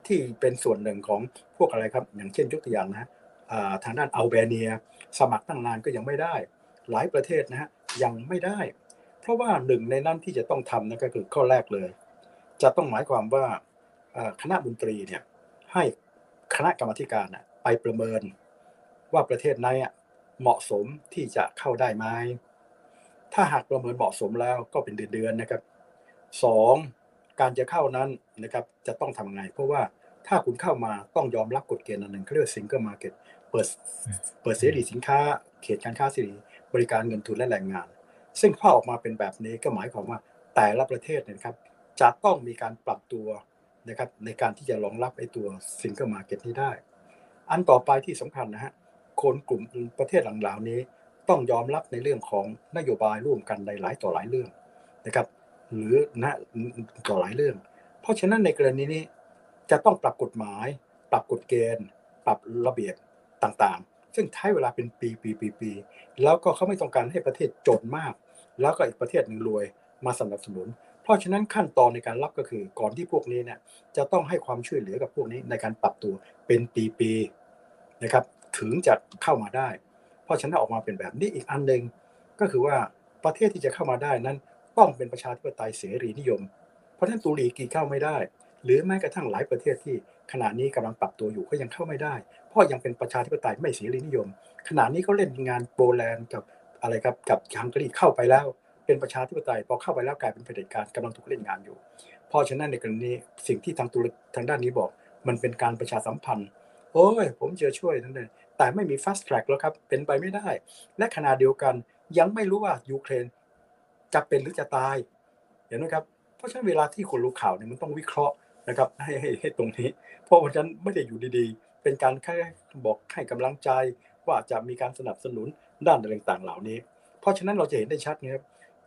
ที่เป็นส่วนหนึ่งของพวกอะไรครับอย่างเช่นยกตัวอย่างนะฮะทางด้านอัลเบเนียสมัครตั้งนานก็ยังไม่ได้หลายประเทศนะฮะยังไม่ได้เพราะว่าหนึ่งในนั้นที่จะต้องทำนั่นก็คือข้อแรกเลยจะต้องหมายความว่าคณะมนตรีเนี่ยให้คณะกรรมาธิการไปประเมินว่าประเทศไหนเหมาะสมที่จะเข้าได้ไหมถ้าหากประเมินเหมาะสมแล้วก็เป็นเดือนๆนะครับสองการจะเข้านั้นนะครับจะต้องทำไงเพราะว่าถ้าคุณเข้ามาต้องยอมรับกฎเกณฑ์อันหนึ่งเขาเรียกซิงเกิลมาร์เก็ตเปิดเสรีสินค้าเขตการค้าเสรีบริการเงินทุนและแรงงานซึ่งพอออกมาเป็นแบบนี้ก็หมายความว่าแต่ละประเทศนะครับจะต้องมีการปรับตัวนะครับในการที่จะรองรับไอ้ตัวซิงเกิลมาร์เก็ตนี้ได้อันต่อไปที่สำคัญนะฮะคนกลุ่มประเทศเหล่านี้ต้องยอมรับในเรื่องของนโยบายร่วมกันในหลายต่อหลายเรื่องนะครับหรือต่อหลายเรื่องเพราะฉะนั้นในกรณีนี้จะต้องปรับกฎหมายปรับกฎเกณฑ์ปรับระเบียบต่างๆซึ่งใช้เวลาเป็นปีแล้วก็เขาไม่ต้องการให้ประเทศจนมากแล้วก็อีกประเทศหนึ่งรวยมาสนับสนุนเพราะฉะนั้นขั้นตอนในการรับก็คือก่อนที่พวกนี้เนี่ยจะต้องให้ความช่วยเหลือกับพวกนี้ในการปรับตัวเป็นปีนะครับถึงจะเข้ามาได้เพราะฉะนั้นออกมาเป็นแบบนี้อีกอันหนึ่งก็คือว่าประเทศที่จะเข้ามาได้นั้นต้องเป็นประชาธิปไตยเสรีนิยมเพราะฉะนั้นตุรกีเข้าไม่ได้หรือแม้กระทั่งหลายประเทศที่ขณะนี้กำลังปรับตัวอยู่ก็ยังเข้าไม่ได้เพราะยังเป็นประชาธิปไตยไม่เสรีนิยมขณะนี้เขาเล่นงานโปแลนด์กับอะไรครับกับฮังการีเข้าไปแล้วเป็นประชาธิปไตยพอเข้าไปแล้วกลายเป็นเผด็จการกำลังถูกเล่นงานอยู่เพราะฉะนั้นในกรณีสิ่งที่ทางด้านนี้บอกมันเป็นการประชาสัมพันธ์โอ้ยผมจะช่วยนั่นเลยแต่ไม่มี fast track แล้วครับเป็นไปไม่ได้และขณะเดียวกันยังไม่รู้ว่ายูเครนจะเป็นหรือจะตายเห็นไหมครับเพราะฉะนั้นเวลาที่คนรู้ข่าวเนี่ยมันต้องวิเคราะห์นะครับให้ตรงนี้เพราะว่าฉันไม่ได้อยู่ดีๆเป็นการแค่บอกให้กำลังใจว่าจะมีการสนับสนุนด้านต่างๆเหล่านี้เพราะฉะนั้นเราจะเห็นได้ชัดนะครับ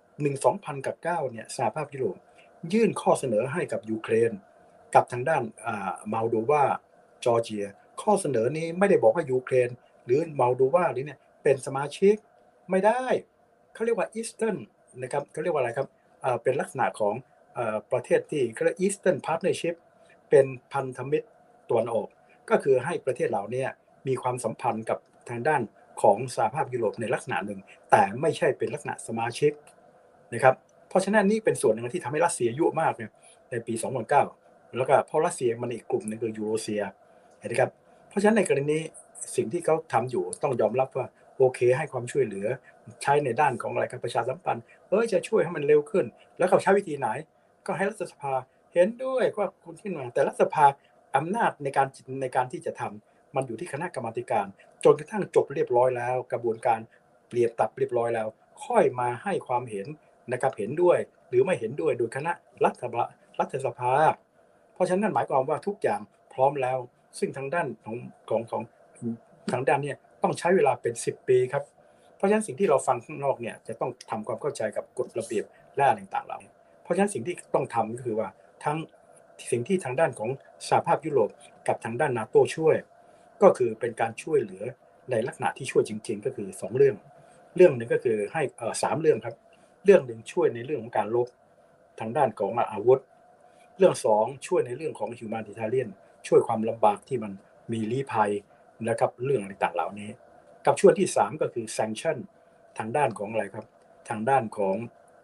2009เนี่ยสหภาพยุโรปยื่นข้อเสนอให้กับยูเครนกับทางด้านมาลโดวาจอร์เจียข้อเสนอนี้ไม่ได้บอกว่ายูเครนหรือมาลโดวาหรือเนี่ยเป็นสมาชิกไม่ได้เขาเรียกว่าอีสเทิร์นนะครับเขาเรียกว่าอะไรครับเป็นลักษณะของประเทศที่เขาเรียก Eastern Partnership เป็นพันธมิตรตะวันออกก็คือให้ประเทศเหล่านี้มีความสัมพันธ์กับทางด้านของสหภาพยุโรปในลักษณะหนึ่งแต่ไม่ใช่เป็นลักษณะสมาชิกนะครับเพราะฉะนั้นนี่เป็นส่วนหนึ่งที่ทำให้รัสเซียยุ่งมากเนี่ยในปี2009แล้วก็เพราะรัสเซียมันอีกกลุ่มนึงคือยูโรเซียเห็นไหมครับเพราะฉะนั้นในกรณีสิ่งที่เขาทำอยู่ต้องยอมรับว่าโอเคให้ความช่วยเหลือใช้ในด้านของอะไรการประชาสัมพันธ์จะช่วยให้มันเร็วขึ้นแล้วเขาใช้วิธีไหนก็ให้รัฐสภาเห็นด้วยว่าคุณขึ้นมาแต่รัฐสภาอำนาจในการที่จะทำมันอยู่ที่คณะกรรมาการจนกระทั่งจบเรียบร้อยแล้วกระบวนการเปลี่ยนตับเรียบร้อยแล้วค่อยมาให้ความเห็นนะครับเห็นด้วยหรือไม่เห็นด้วยโดยคณะรัฐสภาเพราะฉะนั้นหมายความว่าทุกอย่างพร้อมแล้วซึ่งทางด้านของทางด้านนี้ต้องใช้เวลาเป็น10 ปีครับเพราะฉะนั้นสิ่งที่เราฟังข้างนอกเนี่ยจะต้องทำความเข้าใจกับกฎระเบียบและอะไรต่างๆเหล่านี้เพราะฉะนั้นสิ่งที่ต้องทำก็คือว่าทั้งสิ่งที่ทางด้านของสหภาพยุโรปกับทางด้านนาโต้ช่วยก็คือเป็นการช่วยเหลือในลักษณะที่ช่วยจริงๆก็คือ2เรื่องหนึ่งก็คือให้3เรื่องครับเรื่องหนึ่งช่วยในเรื่องของการลบทางด้านของอาวุธเรื่อง2ช่วยในเรื่องของ humanitarian ช่วยความลำบากที่มันมีลี้ภัยนะครับเรื่องอะไรต่างเหล่านี้กับช่วงที่3ก็คือ sanction ทางด้านของอะไรครับทางด้านของ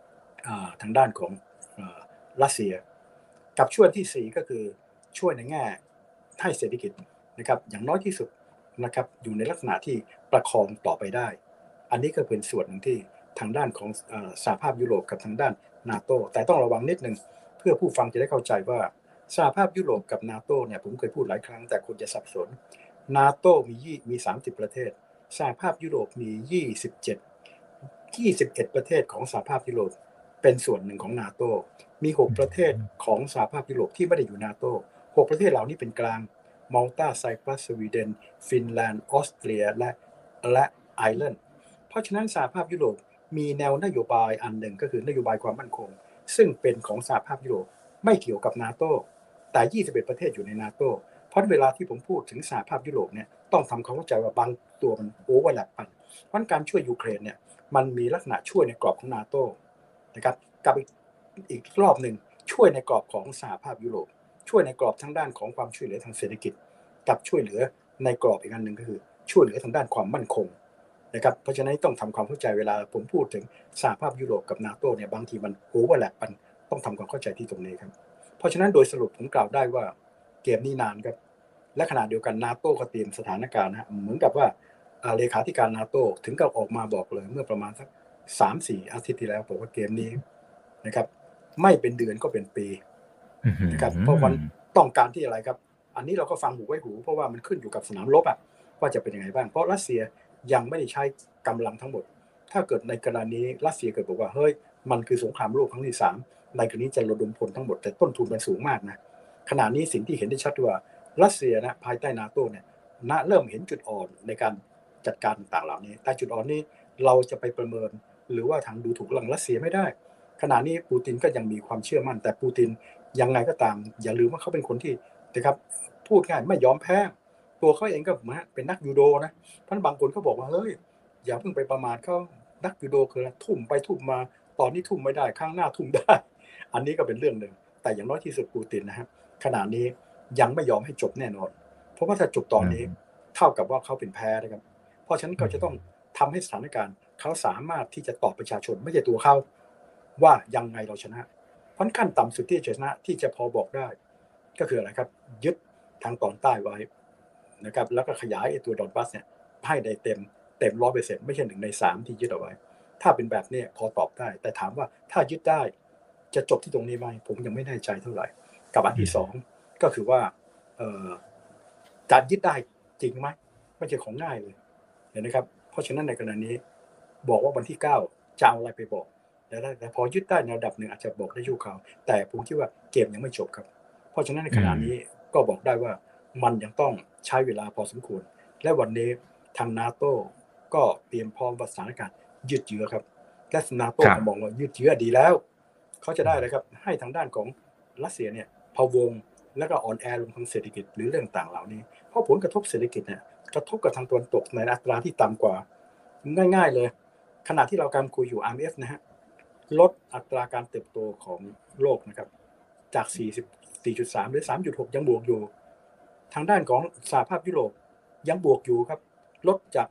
รัสเซียกับช่วงที่4ก็คือช่วยในแง่ให้เศรษฐกิจนะครับอย่างน้อยที่สุดนะครับอยู่ในลักษณะที่ประคองต่อไปได้อันนี้ก็เป็นส่วนหนึ่งที่ทางด้านของสหภาพยุโรปกับทางด้านนาโตแต่ต้องระวังนิดนึงเพื่อผู้ฟังจะได้เข้าใจว่าสหภาพยุโรปกับนาโตเนี่ยผมเคยพูดหลายครั้งแต่คุณจะสับสนนาโตมี30ประเทศสหภาพยุโรปมี21ประเทศของสหภาพยุโรปเป็นส่วนหนึ่งของนาโตมี6ประเทศของสหภาพยุโรปที่ไม่ได้อยู่นาโต6ประเทศเหล่านี้เป็นกลางมัลตาไซปรัสสวีเดนฟินแลนด์ออสเตรียและไอร์แลนด์เพราะฉะนั้นสหภาพยุโรปมีแนวนโยบายอันหนึ่งก็คือนโยบายความมั่นคงซึ่งเป็นของสหภาพยุโรปไม่เกี่ยวกับนาโตแต่21ประเทศอยู่ในนาโตเพราะเวลาที่ผมพูดถึงสหภาพยุโรปเนี่ยต้องทำความเข้าใจว่าบางตัวมันโอเวอร์แลปกันเพราะการช่วยยูเครนเนี่ยมันมีลักษณะช่วยในกรอบของนาโตนะครับกับอีกรอบหนึ่งช่วยในกรอบของสหภาพยุโรปช่วยในกรอบทั้งด้านของความช่วยเหลือทางเศรษฐกิจกับช่วยเหลือในกรอบอีกอันหนึ่งก็คือช่วยเหลือทางด้านความมั่นคงนะครับเพราะฉะนั้นต้องทำความเข้าใจเวลาผมพูดถึงสหภาพยุโรปกับนาโตเนี่ยบางทีมันโอเวอร์แลปกันต้องทำความเข้าใจที่ตรงนี้ครับเพราะฉะนั้นโดยสรุปผมกล่าวได้ว่าเกมนี้นานครับและขณะเดียวกันนาโตก็เตรียมสถานการณ์เหมือนกับว่าเลขาธิการนาโตถึงกับออกมาบอกเลยเมื่อประมาณสัก3-4 อาทิตย์ที่แล้วบอกว่าเกมนี้นะครับไม่เป็นเดือนก็เป็นปีนะครับเพราะวันต้องการที่อะไรครับอันนี้เราก็ฟังหูไว้หูเพราะว่ามันขึ้นอยู่กับสนามรบว่าจะเป็นยังไงบ้างเพราะรัสเซียยังไม่ได้ใช้กำลังทั้งหมดถ้าเกิดในกรณีนี้รัสเซียเกิดบอกว่าเฮ้ยมันคือสงครามโลกครั้งที่3ในกรณีจะระดมพลทั้งหมดแต่ต้นทุนมันสูงมากนะขณะนี้สิ่งที่เห็นได้ชัดว่ารัสเซียนะภายใต้นาโต้เนี่ยเริ่มเห็นจุดอ่อนในการจัดการต่างๆเหล่านี้แต่จุดอ่อนนี้เราจะไปประเมินหรือว่าทางดูถูกหลังรัสเซียไม่ได้ขณะนี้ปูตินก็ยังมีความเชื่อมั่นแต่ปูตินยังไงก็ตามอย่าลืมว่าเขาเป็นคนที่นะครับพูดง่ายไม่ยอมแพ้ตัวเขาเองก็เป็นนักยูโดนะเพราะบางคนก็บอกว่าเฮ้ยอย่าเพิ่งไปประมาทเขานักยูโดคือทุ่มไปทุ่มมาตอนนี้ทุ่มไม่ได้ข้างหน้าทุ่มได้อันนี้ก็เป็นเรื่องหนึ่งแต่อย่างน้อยที่สุดปูตินนะฮะขณะนี้ยังไม่ยอมให้จบแน่นอนเพราะว่าถ้าจบตอนนี้เท่ากับว่าเขาเป็นแพ้นะครับเพราะฉะนั้นก็จะต้องทำให้สถานการณ์เขาสามารถที่จะตอบประชาชนไม่ใช่ตัวเขาว่ายังไงเราชนะเพราะขั้นต่ำสุดที่จะชนะที่จะพอบอกได้ก็คืออะไรครับยึดทางตอนใต้ไว้นะครับแล้วก็ขยายตัวดอนบัสเนี่ยให้ได้เต็ม 100%ไม่ใช่1 ใน 3ที่ยึดเอาไว้ถ้าเป็นแบบนี้พอตอบได้แต่ถามว่าถ้ายึดได้จะจบที่ตรงนี้ไหมผมยังไม่แน่ใจเท่าไหร่กับอันที่2ก็คือว่าการยึดได้จริงไหมไม่ใช่ของง่ายเลยเห็นไหมครับเพราะฉะนั้นในกรณีนี้บอกว่าวันที่9จะเอาอะไรไปบอกแต่พอยึดได้ในระดับหนึ่งอาจจะบอกได้ชั่วคราวแต่ผมคิดว่าเกมยังไม่จบครับเพราะฉะนั้นในขณะนี้ก็บอกได้ว่ามันยังต้องใช้เวลาพอสมควรและวันนี้ทางนาโต้ก็เตรียมพร้อมสถานการณ์ยืดเยื้อครับและนาโต้ก็มองว่ายืดเยื้อดีแล้วเขาจะได้เลยครับให้ทางด้านของรัสเซียเนี่ยพะวงแล้วก็อ่อนแอลงทางเศรษฐกิจหรือเรื่องต่างเหล่านี้เพราะผลกระทบเศรษฐกิจเนี่ยกระทบกับทางตะวันตกในอัตราที่ต่ำกว่าง่ายๆเลยขณะที่เรากำลังคุยอยู่ IMF นะฮะลดอัตราการเติบโตของโลกนะครับจาก4.3หรือ 3.6 ยังบวกอยู่ทางด้านของสหภาพยุโรปยังบวกอยู่ครับลดจาก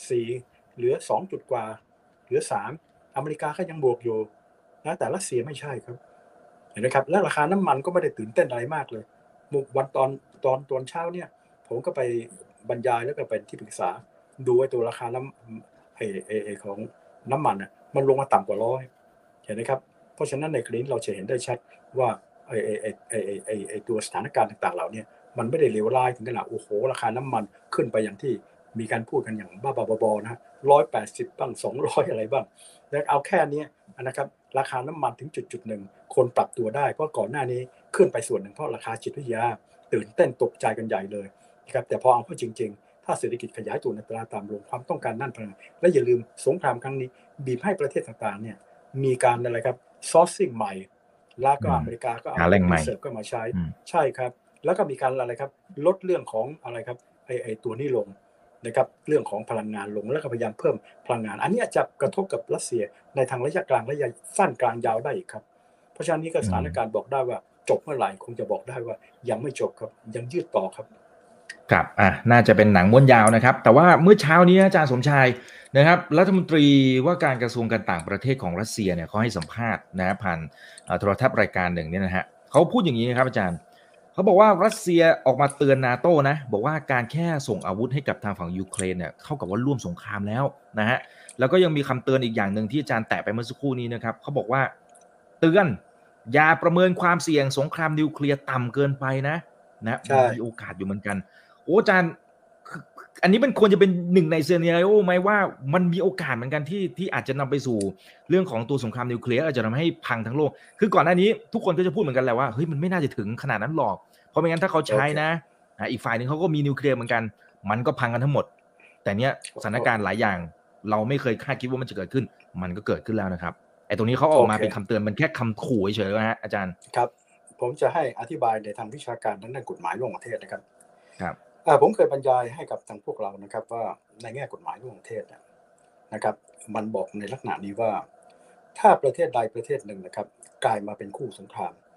4เหลือ2จุดกว่าเหลือ3อเมริกาก็ยังบวกอยู่นะแต่รัสเซียไม่ใช่ครับเห็นไหมครับและราคาน้ำมันก็ไม่ได้ตื่นเต้นอะไรมากเลยวันตอนเช้าเนี่ยผมก็ไปบรรยายแล้วก็เป็นที่ปรึกษาดูไอ้ตัวราคาน้ำของน้ำมันอ่ะมันลงมาต่ำกว่า100เห็นไหมครับเพราะฉะนั้นในกรณีเราจะเห็นได้ชัดว่าไอ้ตัวสถานการณ์ต่างๆเหล่านี้มันไม่ได้เลวร้ายถึงขนาดโอ้โหราคาน้ำมันขึ้นไปอย่างที่มีการพูดกันอย่างบ้าๆบอๆนะ180บ้าง200อะไรบ้างแล้วเอาแค่นี้นะครับราคาน้ำมันถึงจุดหนึ่งคนปรับตัวได้เพราะก่อนหน้านี้ขึ้นไปส่วนหนึ่งเพราะราคาจิตวิทยาตื่นเต้นตกใจกันใหญ่เลยนะครับแต่พอเอาเข้าจริงๆถ้าเศรษฐกิจขยายตัวในอัตราต่ำลงความต้องการด้านพลังงานและอย่าลืมสงครามครั้งนี้บีบให้ประเทศต่างๆเนี่ยมีการอะไรครับซอร์ซิ่งใหม่แล้วก็อเมริกาก็เอารีเซิร์ฟก็มาใช้ใช่ครับแล้วก็มีการอะไรครับลดเรื่องของอะไรครับไอ้ตัวนี้ลงนะครับเรื่องของพลังงานลงแล้วก็พยายามเพิ่มพลังงานอันนี้จะกระทบกับรัสเซียในทางระยะกลางระยะสั้นกลางยาวได้อีกครับเพราะฉะนั้นนี่ก็สถานการณ์บอกได้ว่าจบเมื่อไหร่คงจะบอกได้ว่ายังไม่จบครับยังยืดต่อครับครับน่าจะเป็นหนังม้วนยาวนะครับแต่ว่าเมื่อเช้านี้อาจารย์สมชายนะครับรัฐมนตรีว่าการกระทรวงการต่างประเทศของรัสเซียเนี่ยเขาให้สัมภาษณ์นะผ่านโทรทัศน์รายการหนึ่งเนี่ยนะฮะเขาพูดอย่างนี้ครับอาจารย์เขาบอกว่ารัสเซียออกมาเตือนนาโต้นะบอกว่าการแค่ส่งอาวุธให้กับทางฝั่งยูเครนเนี่ยเข้ากับว่าร่วมสงครามแล้วนะฮะแล้วก็ยังมีคำเตือนอีกอย่างหนึ่งที่อาจารย์แตะไปเมื่อสักครู่นี้นะครับเขาบอกว่าเตือนอย่าประเมินความเสี่ยงสงครามนิวเคลียร์ต่ำเกินไปนะมีโอกาสอยู่เหมือนกันโอ้อาจารย์อันนี้มันควรจะเป็นหนึ่งในซีนาริโอไหมว่ามันมีโอกาสเหมือนกันที่อาจจะนำไปสู่เรื่องของตัวสงครามนิวเคลียร์อาจจะทำให้พังทั้งโลกคือก่อนหน้านี้ทุกคนก็จะพูดเหมือนกันแหละว่าเฮ้ยมันไม่น่าจะถึงขนาดนั้นหรอกเพราะไม่งั้นถ้าเขาใช้นะอีกฝ่ายหนึ่งเขาก็มีนิวเคลียร์เหมือนกันมันก็พังกันทั้งหมดแต่เนี้ยสถานการณ์หลายอย่างเราไม่เคยคาดคิดว่ามันจะเกิดขึ้นมันก็เกิดขึ้นแล้วนะครับไอ้ตรงนี้เขาออกมาเป็นคำเตือนมันแค่คำขู่เฉยๆนะฮะอาจารย์ครับผมจะให้อธิบายในทางวิชาการด้านกฎหมายระหว่างประเทศนะครับครับผมเคยบรรยายให้กับทางพวกเรานะครับว่าในแง่กฎหมายระหว่างประเทศนะครับมันบอกในลักษณะนี้ว่าถ้าประเทศใดประเทศหนึ่งนะครับกลายมาเป็นคู่สงคราม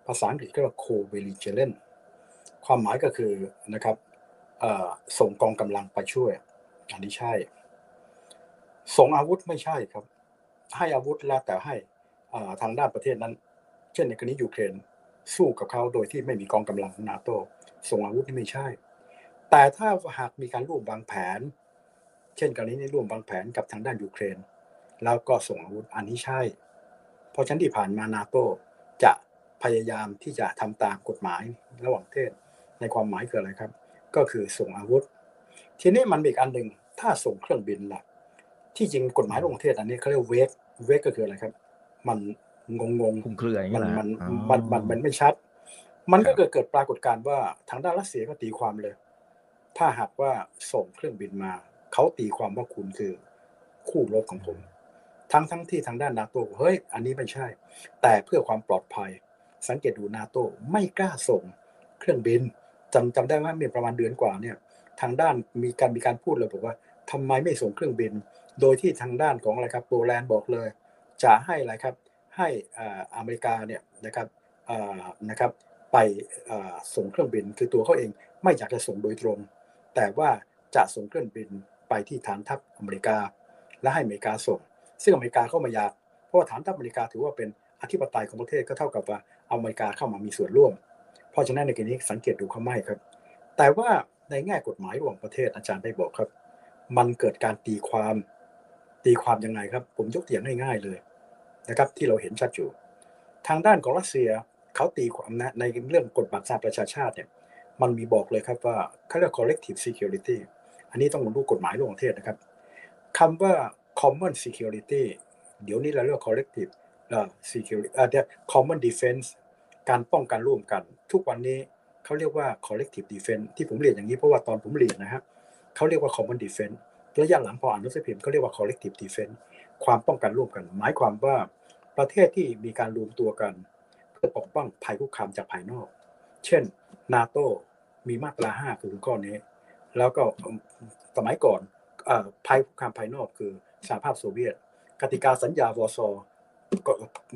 ภาษาอังกฤษเรียกว่า co-belligerent ความหมายก็คือนะครับส่งกองกำลังไปช่วยอันนี้ใช่ส่งอาวุธไม่ใช่ครับให้อาวุธแล้วแต่ให้ทางด้านประเทศนั้นเช่นในกรณียูเครนสู้กับเขาโดยที่ไม่มีกองกำลังของนาโตส่งอาวุธนี่ไม่ใช่แต่ถ้าหากมีการร่วมวางแผนเช่นกรณีนี้ร่วมวางแผนกับทางด้านยูเครนแล้วก็ส่งอาวุธอันนี้ใช่เพราะฉะนั้นที่ผ่านมานาโตจะพยายามที่จะทำตามกฎหมายระหว่างประเทศในความหมายคืออะไรครับก็คือส่งอาวุธทีนี้มันมีอีกอันหนึ่งถ้าส่งเครื่องบินล่ะที่จริงกฎหมายระหว่างประเทศอันนี้เขาเรียกเวกก็คืออะไรครับมันงงคุมเครืออย่างมัเงี้ยนนะมันอ๋อมันไม่ชัดมันครัก็บเกิดปรากฏการณ์ว่าทางด้านรัสเซียก็ตีความเลยถ้าหากว่าส่งเครื่องบินมาเขาตีความว่าคุณคือคู่รบของผมทั้งที่ทางด้านนาโต้เฮ้ยอันนี้ไม่ใช่แต่เพื่อความปลอดภัยสังเกตดูนาโต้ไม่กล้าส่งเครื่องบินจำได้ว่ามีประมาณเดือนกว่าเนี่ยทางด้านมีการพูดเลยบอกว่าทำไมไม่ส่งเครื่องบินโดยที่ทางด้านของอะไรครับโปแลนด์บอกเลยจะให้อะไรครับให้อเมริกาเนี่ยนะครับไปส่งเครื่องบินคือตัวเขาเองไม่อยากจะส่งโดยตรงแต่ว่าจะส่งเครื่องบินไปที่ฐานทัพอเมริกาและให้อเมริกาส่งซึ่งอเมริกาเข้ามาอยากเพราะว่าฐานทัพอเมริกาถือว่าเป็นอธิปไตยของประเทศก็เท่ากับว่าอเมริกาเข้ามามีส่วนร่วมเพราะฉะนั้นในกรณีนี้สังเกตดูเขาไม่ครับแต่ว่าในแง่กฎหมายระหว่างประเทศอาจารย์ได้บอกครับมันเกิดการตีความยังไงครับผมยกตัวอย่างง่ายๆเลยนะครับที่เราเห็นชัดอยู่ทางด้านของรัสเซียเขาตีความนะในเรื่องกฎบัตรสหประชาชาติเนี่ยมันมีบอกเลยครับว่าเขาเรียก collective security อันนี้ต้องรู้กฎหมายระหว่างประเทศนะครับคำว่า common security เดี๋ยวนี้เราเรียก collective security common defense การป้องกันร่วมกันทุกวันนี้เขาเรียกว่า collective defense ที่ผมเรียนอย่างนี้เพราะว่าตอนผมเรียนนะฮะเขาเรียกว่า common defense ระยะหลังพออ่านหนังสือพิมพ์เขาเรียกว่า collective defense ความป้องกันร่วมกันหมายความว่าประเทศที่มีการรวมตัวกันเพื่อปกป้องภัยคุกคามจากภายนอกเช่นนาโตมีมาตรา5คือข้อนี้แล้วก็สมัยก่อนภัยคุกคามภายนอกคือสหภาพโซเวียตกติกาสัญญาวอร์ซอก็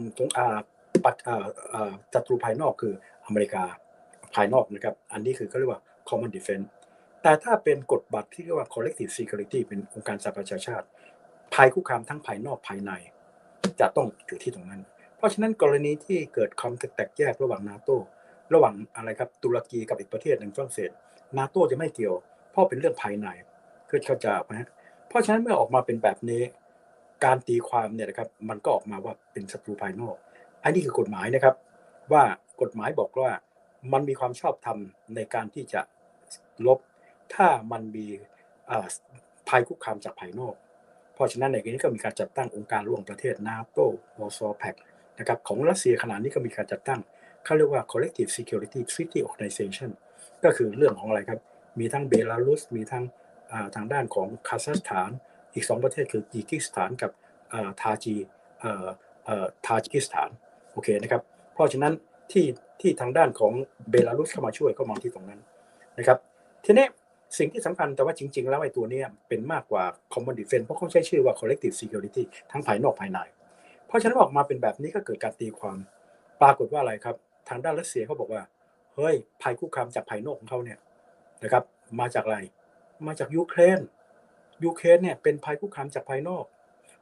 ศัตรูภายนอกคืออเมริกาภายนอกนะครับอันนี้คือเขาเรียกว่า common defense แต่ถ้าเป็นกฎบัตรที่เรียกว่า collective security เป็นองค์การสหประชาชาติภัยคุกคามทั้งภายนอกภายในจะต้องอยู่ที่ตรงนั้นเพราะฉะนั้นกรณีที่เกิดความแตกแยกระหว่างนาโต้ระหว่างอะไรครับตุรกีกับอีกประเทศหนึ่งฝรั่งเศสนาโต้จะไม่เกี่ยวเพราะเป็นเรื่องภายในคือเข้าใจไหมเพราะฉะนั้นเมื่อออกมาเป็นแบบนี้การตีความเนี่ยนะครับมันก็ออกมาว่าเป็นศัตรูภายนอกอันนี้คือกฎหมายนะครับว่ากฎหมายบอกว่ามันมีความชอบธรรมในการที่จะลบถ้ามันมีภัยคุกคามจากภายนอกเพราะฉะนั้นในที่นี้ก็มีการจัดตั้งองค์การร่วมประเทศนาโต้วอร์ซอแพ็กนะครับของรัสเซียขณะนี้ก็มีการจัดตั้งเขาเรียกว่า collective security treaty organization ก็คือเรื่องของอะไรครับมีทั้งเบลารุสมีทั้งทางด้านของคาซัคสถานอีก2ประเทศคือกีกิสถานกับทาจิกิสถานโอเคนะครับเพราะฉะนั้นที่ทางด้านของเบลารุสเข้ามาช่วยก็มองที่ตรงนั้นนะครับทีนี้สิ่งที่สำคัญแต่ว่าจริงๆแล้วไอ้ตัวนี้เป็นมากกว่า common defense เพราะเขาใช้ชื่อว่า collective security ทั้งภายนอกภายในเพราะฉะนั้นออกมาเป็นแบบนี้ก็เกิดการตีความปรากฏว่าอะไรครับทางด้านรัสเซียเขาบอกว่าเฮ้ยภัยคุกคามจากภายนอกของเขาเนี่ยนะครับมาจากอะไรมาจากยูเครนเนี่ยเป็นภัยคุกคามจากภายนอก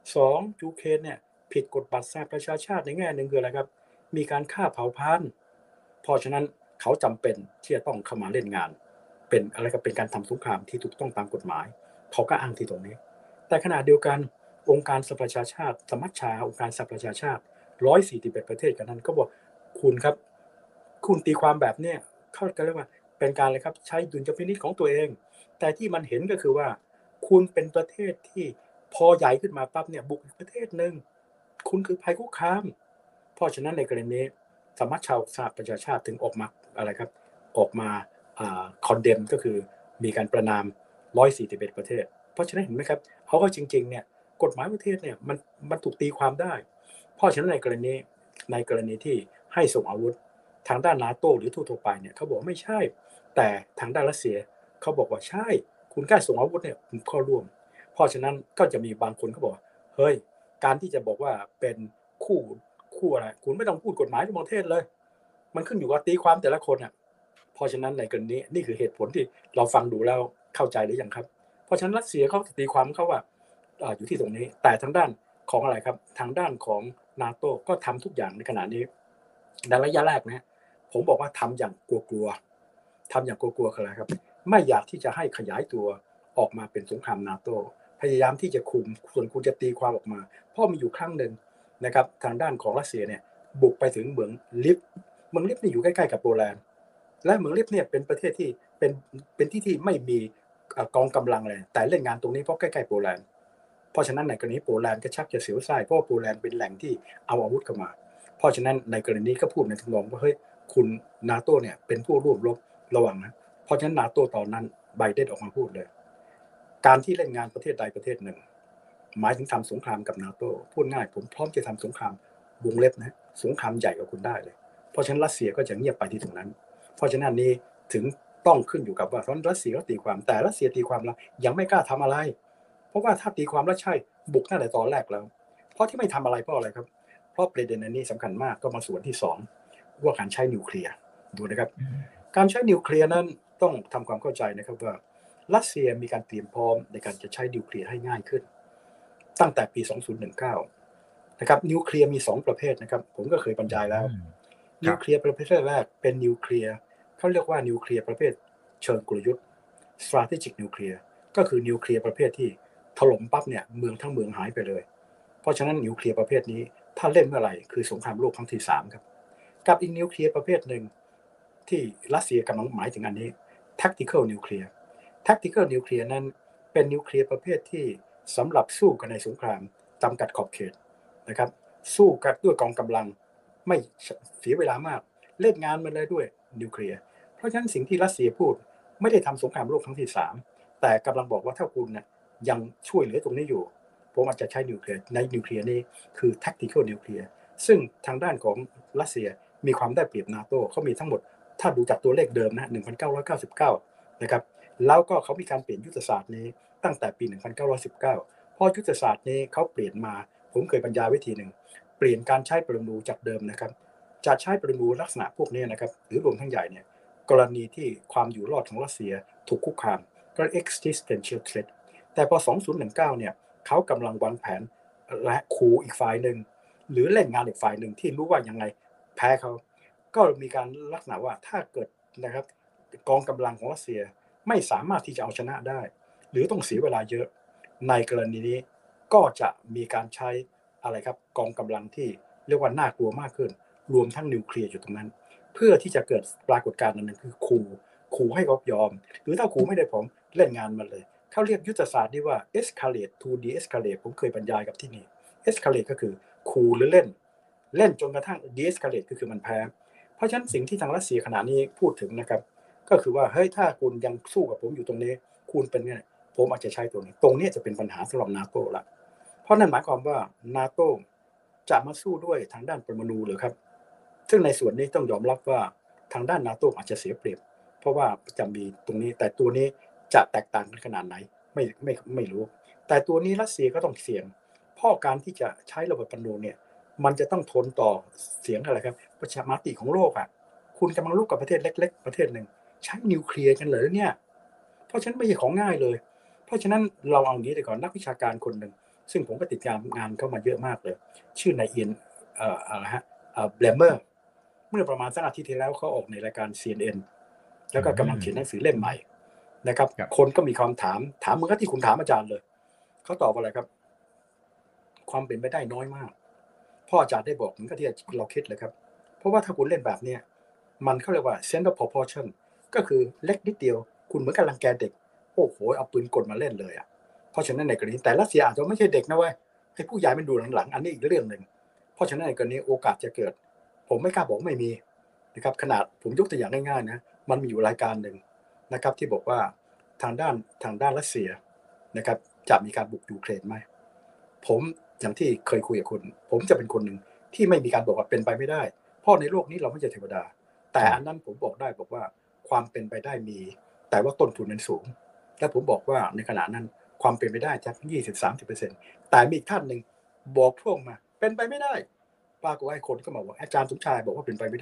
2ยูเครนเนี่ยผิดกฎบัตรสหประชาชาติในแง่หนึ่งคืออะไรครับมีการฆ่าเผ่าพันธุ์เพราะฉะนั้นเขาจำเป็นที่จะต้องเข้ามาเล่นงานเป็นอะไรก็เป็นการทำสงครามที่ถูกต้องตามกฎหมายเขาก็อ้างที่ตรงนี้แต่ขณะเดียวกันองค์การสหประชาชาติสมัชชาองค์การสหประชาชาติ141ประเทศกันนั้นก็บอกคุณครับคุณตีความแบบเนี้ยเขาเรียกว่าเป็นการเลยครับใช้ดุลยพินิจของตัวเองแต่ที่มันเห็นก็คือว่าคุณเป็นประเทศที่พอใหญ่ขึ้นมาปั๊บเนี่ยบุกอีกประเทศนึงคุณคือภัยคุกคามเพราะฉะนั้นในกรณีสมัชชาสหประชาชาติถึงออกมาอะไรครับออกมาคอนเดมก็คือมีการประณาม141ประเทศเพราะฉะนั้นเห็นไหมครับเขาก็จริงๆเนี่ยกฎหมายประเทศเนี่ยมันถูกตีความได้เพราะฉะนั้นในกรณีที่ให้ส่งอาวุธทางด้านนาโต้หรือทั่วไปเนี่ยเขาบอกไม่ใช่แต่ทางด้านรัสเซียเขาบอกว่าใช่คุณกล้าส่งอาวุธเนี่ยคุณเข้าร่วมเพราะฉะนั้นก็จะมีบางคนเขาบอกเฮ้ยการที่จะบอกว่าเป็นคู่อะไรคุณไม่ต้องพูดกฎหมายทุกประเทศเลยมันขึ้นอยู่กับตีความแต่ละคนอ่ะเพราะฉะนั้นในกรณีนี้นี่คือเหตุผลที่เราฟังดูแล้วเข้าใจหรือยังครับเพราะฉะนั้นรัสเซียเขาตีความเขาว่าอยู่ที่ตรงนี้แต่ทางด้านของอะไรครับทางด้านของนาโต้ก็ทำทุกอย่างในขณะนี้ในระยะแรกนะผมบอกว่าทำอย่างกลัวๆทำอย่างกลัวๆคืออะไรครับไม่อยากที่จะให้ขยายตัวออกมาเป็นสงครามนาโต้พยายามที่จะคุมส่วนคุณจะตีความออกมาเพราะมีอยู่ครั้งหนึ่งนะครับทางด้านของรัสเซียเนี่ยบุกไปถึงเมืองลิฟนี่อยู่ใกล้ๆกับโปแลนด์และเมืองลิฟเนี่ยเป็นประเทศที่เป็นที่ไม่มีกองกำลังเลยแต่เล่นงานตรงนี้เพราะใกล้ๆโปแลนด์เพราะฉะนั้นในกรณีโปแลนด์ก็ชักจะเสียวไส้เพราะโปแลนด์เป็นแหล่งที่เอาอาวุธเข้ามาเพราะฉะนั้นในกรณีก็พูดในทำนองว่าเฮ้ยคุณนาโต้เนี่ยเป็นผู้ร่วมรบระวังนะเพราะฉะนั้นนาโต้ตอนนั้นไบเดนออกมาพูดเลยการที่เล่นงานประเทศใดประเทศหนึ่งหมายถึงทำสงครามกับนาโต้พูดง่ายผมพร้อมจะทำสงครามวงเล็บนะสงครามใหญ่กว่าคุณได้เลยเพราะฉะนั้นรัสเซียก็จะเงียบไปที่ตรงนั้นเพราะฉะนั้นนี้ถึงต้องขึ้นอยู่กับว่าตอนรัสเซียก็ตีความแต่รัสเซียตีความแล้วยังไม่กล้าทำอะไรเพราะว่าถ้าตีความแล้วใช่บุกตั้งแต่ตอนแรกแล้วเพราะที่ไม่ทำอะไรเพราะอะไรครับเพราะประเด็นอันนี้สำคัญมากก็มาส่วนที่สองว่าการใช้นิวเคลียร์ดูนะครับการใช้นิวเคลียร์นั้นต้องทำความเข้าใจนะครับว่ารัสเซียมีการเตรียมพร้อมในการจะใช้นิวเคลียร์ให้ง่ายขึ้นตั้งแต่ปี 2019 นะครับนิวเคลียร์มี2ประเภทนะครับผมก็เคยบรรยายแล้วนิวเคลียร์ประเภทแรกเป็นนิวเคลียร์เขาเรียกว่านิวเคลียร์ประเภทเชิงกลยุทธ์ strategic nuclear ก็คือนิวเคลียร์ประเภทที่ถล่มปั๊บเนี่ยเมืองทั้งเมืองหายไปเลยเพราะฉะนั้นนิวเคลียร์ประเภทนี้ถ้าเล่นเมื่อไหร่คือสงครามโลกครั้งที่3ครับกับอีกนิวเคลียร์ประเภทหนึ่งที่รัสเซียกำลังหมายถึงอันนี้ tactical nuclear tactical nuclear นั้นเป็นนิวเคลียร์ประเภทที่สำหรับสู้กันในสงครามจำกัดขอบเขตนะครับสู้กันด้วยกองกำลังไม่เสียเวลามากเล่นงานมันเลยด้วยนิวเคลียร์เพราะฉะนั้นสิ่งที่รัสเซียพูดไม่ได้ทำสงครามโลกครั้งที่3แต่กำลังบอกว่าถ้าคุณนะยังช่วยเหลือตรงนี้อยู่ผมอาจจะใช้นิวเคลียร์ในนิวเคลียร์นี้คือ tactical nuclear ซึ่งทางด้านของรัสเซียมีความได้เปรียบนาโต้เขามีทั้งหมดถ้าดูจากตัวเลขเดิมนะ1999นะครับแล้วก็เขามีการเปลี่ยนยุทธศาสตร์นี้ตั้งแต่ปี1919พอยุทธศาสตร์นี้เขาเปลี่ยนมาผมเคยบรรยายวิธีหนึ่งเปลี่ยนการใช้ปรมาณูจากเดิมนะครับจะใช้ปรมาณูลักษณะพวกนี้นะครับหรือรวมทั้งใหญ่เนี่ยกรณีที่ความอยู่รอดของรัสเซียถูกคุกคามก็ existential threat แต่พอ2019เนี่ยเขากำลังวางแผนและขู่อีกฝ่ายหนึ่งหรือเล่นงานอีกฝ่ายหนึ่งที่รู้ว่ายังไงแพ้เขาก็มีการลักษณะว่าถ้าเกิดนะครับกองกำลังของรัสเซียไม่สามารถที่จะเอาชนะได้หรือต้องเสียเวลาเยอะในกรณีนี้ก็จะมีการใช้อะไรครับกองกำลังที่เรียกว่าน่ากลัวมากขึ้นรวมทั้งนิวเคลียร์อยู่ตรงนั้นเพื่อที่จะเกิดปรากฏการณ์นั้นคือขู่ให้เขายอมหรือถ้าขู่ไม่ได้ผมเล่นงานมันเลยเขาเรียกยุทธศาสตร์ที่ว่า escalate to de-escalate ผมเคยบรรยายกับที่นี่ escalate ก็คือขู่หรือเล่นจนกระทั่ง de-escalate ก็คือมันแพ้เพราะฉะนั้นสิ่งที่ทางรัสเซียขณะนี้พูดถึงนะครับก็คือว่าเฮ้ยถ้าคุณยังสู้กับผมอยู่ตรงนี้คุณเป็นไงผมอาจจะใช้ตรงนี้จะเป็นปัญหาสำหรับนาโต้ละเพราะนั่นหมายความว่านาโต้จะมาสู้ด้วยทางด้านปรมาณูหรือครับซึ่งในส่วนนี้ต้องยอมรับว่าทางด้านนาโต้อาจจะเสียเปรียบเพราะว่าจะมีตรงนี้แต่ตัวนี้จะแตกต่างกันขนาดไหนไม่รู้แต่ตัวนี้รัสเซียก็ต้องเสี่ยงเพราะการที่จะใช้ระเบิดปรมาณูเนี่ยมันจะต้องทนต่อเสียงอะไรครับประชามติของโลกอ่ะคุณกำลังลุกกับประเทศเล็กๆประเทศหนึ่งใช้นิวเคลียร์กันเลยเนี่ยเพราะฉะนั้นไม่ใช่ของง่ายเลยเพราะฉะนั้นเราเอาอย่างนี้ดีก่อนนักวิชาการคนหนึ่งซึ่งผมก็ติดตามงานเข้ามาเยอะมากเลยชื่อนายเอียนอะไรฮะแบลเมอร์เมื่อประมาณสักอาทิตย์ที่แล้วเขาออกในรายการ CNN แล้วก็กำลังเขียนหนังสือเล่มใหม่นะครับคนก็มีคำถามเหมือนกับที่คุณถามอาจารย์เลยเขาตอบอะไรครับความเป็นไปได้น้อยมากพ่ออาจารย์ได้บอกเหมือนกับที่เราคิดเลยครับเพราะว่าถ้าคุณเล่นแบบนี้มันเขาเรียกว่า center proportion ก็คือเล็กนิดเดียวคุณเหมือนกับรังแกเด็กโอ้โหเอาปืนกลมาเล่นเลยอ่ะเพราะฉะนั้นในกรณีแต่รัสเซียอาจจะไม่ใช่เด็กนะเว้ยให้ผู้ใหญ่มันดูหลังๆอันนี้อีกเรื่องหนึ่งเพราะฉะนั้นในกรณีโอกาสจะเกิดผมไม่กล้าบอกไม่มีนะครับขนาดผมยกตัวอย่างง่ายๆนะมันมีอยู่รายการหนึ่งนะครับที่บอกว่าทางด้านรัสเซียนะครับจะมีการบุกยูเครนไหมผมอย่างที่เคยคุยกับคุณผมจะเป็นคนหนึ่งที่ไม่มีการบอกว่าเป็นไปไม่ได้เพราะในโลกนี้เราไม่ใช่เทวดาแต่อันนั้นผมบอกได้บอกว่าความเป็นไปได้มีแต่ว่าต้นทุนมันสูงและผมบอกว่าในขณะนั้นความเป็นไปได้จะ 20-30% แต่มีอีกท่านหนึ่งบอกพ่วงมาเป็นไปไม่ได้ปรากฏว่าคนก็มาบอกอาจารย์สมชายบอกว่าเป็นไปไม่ได้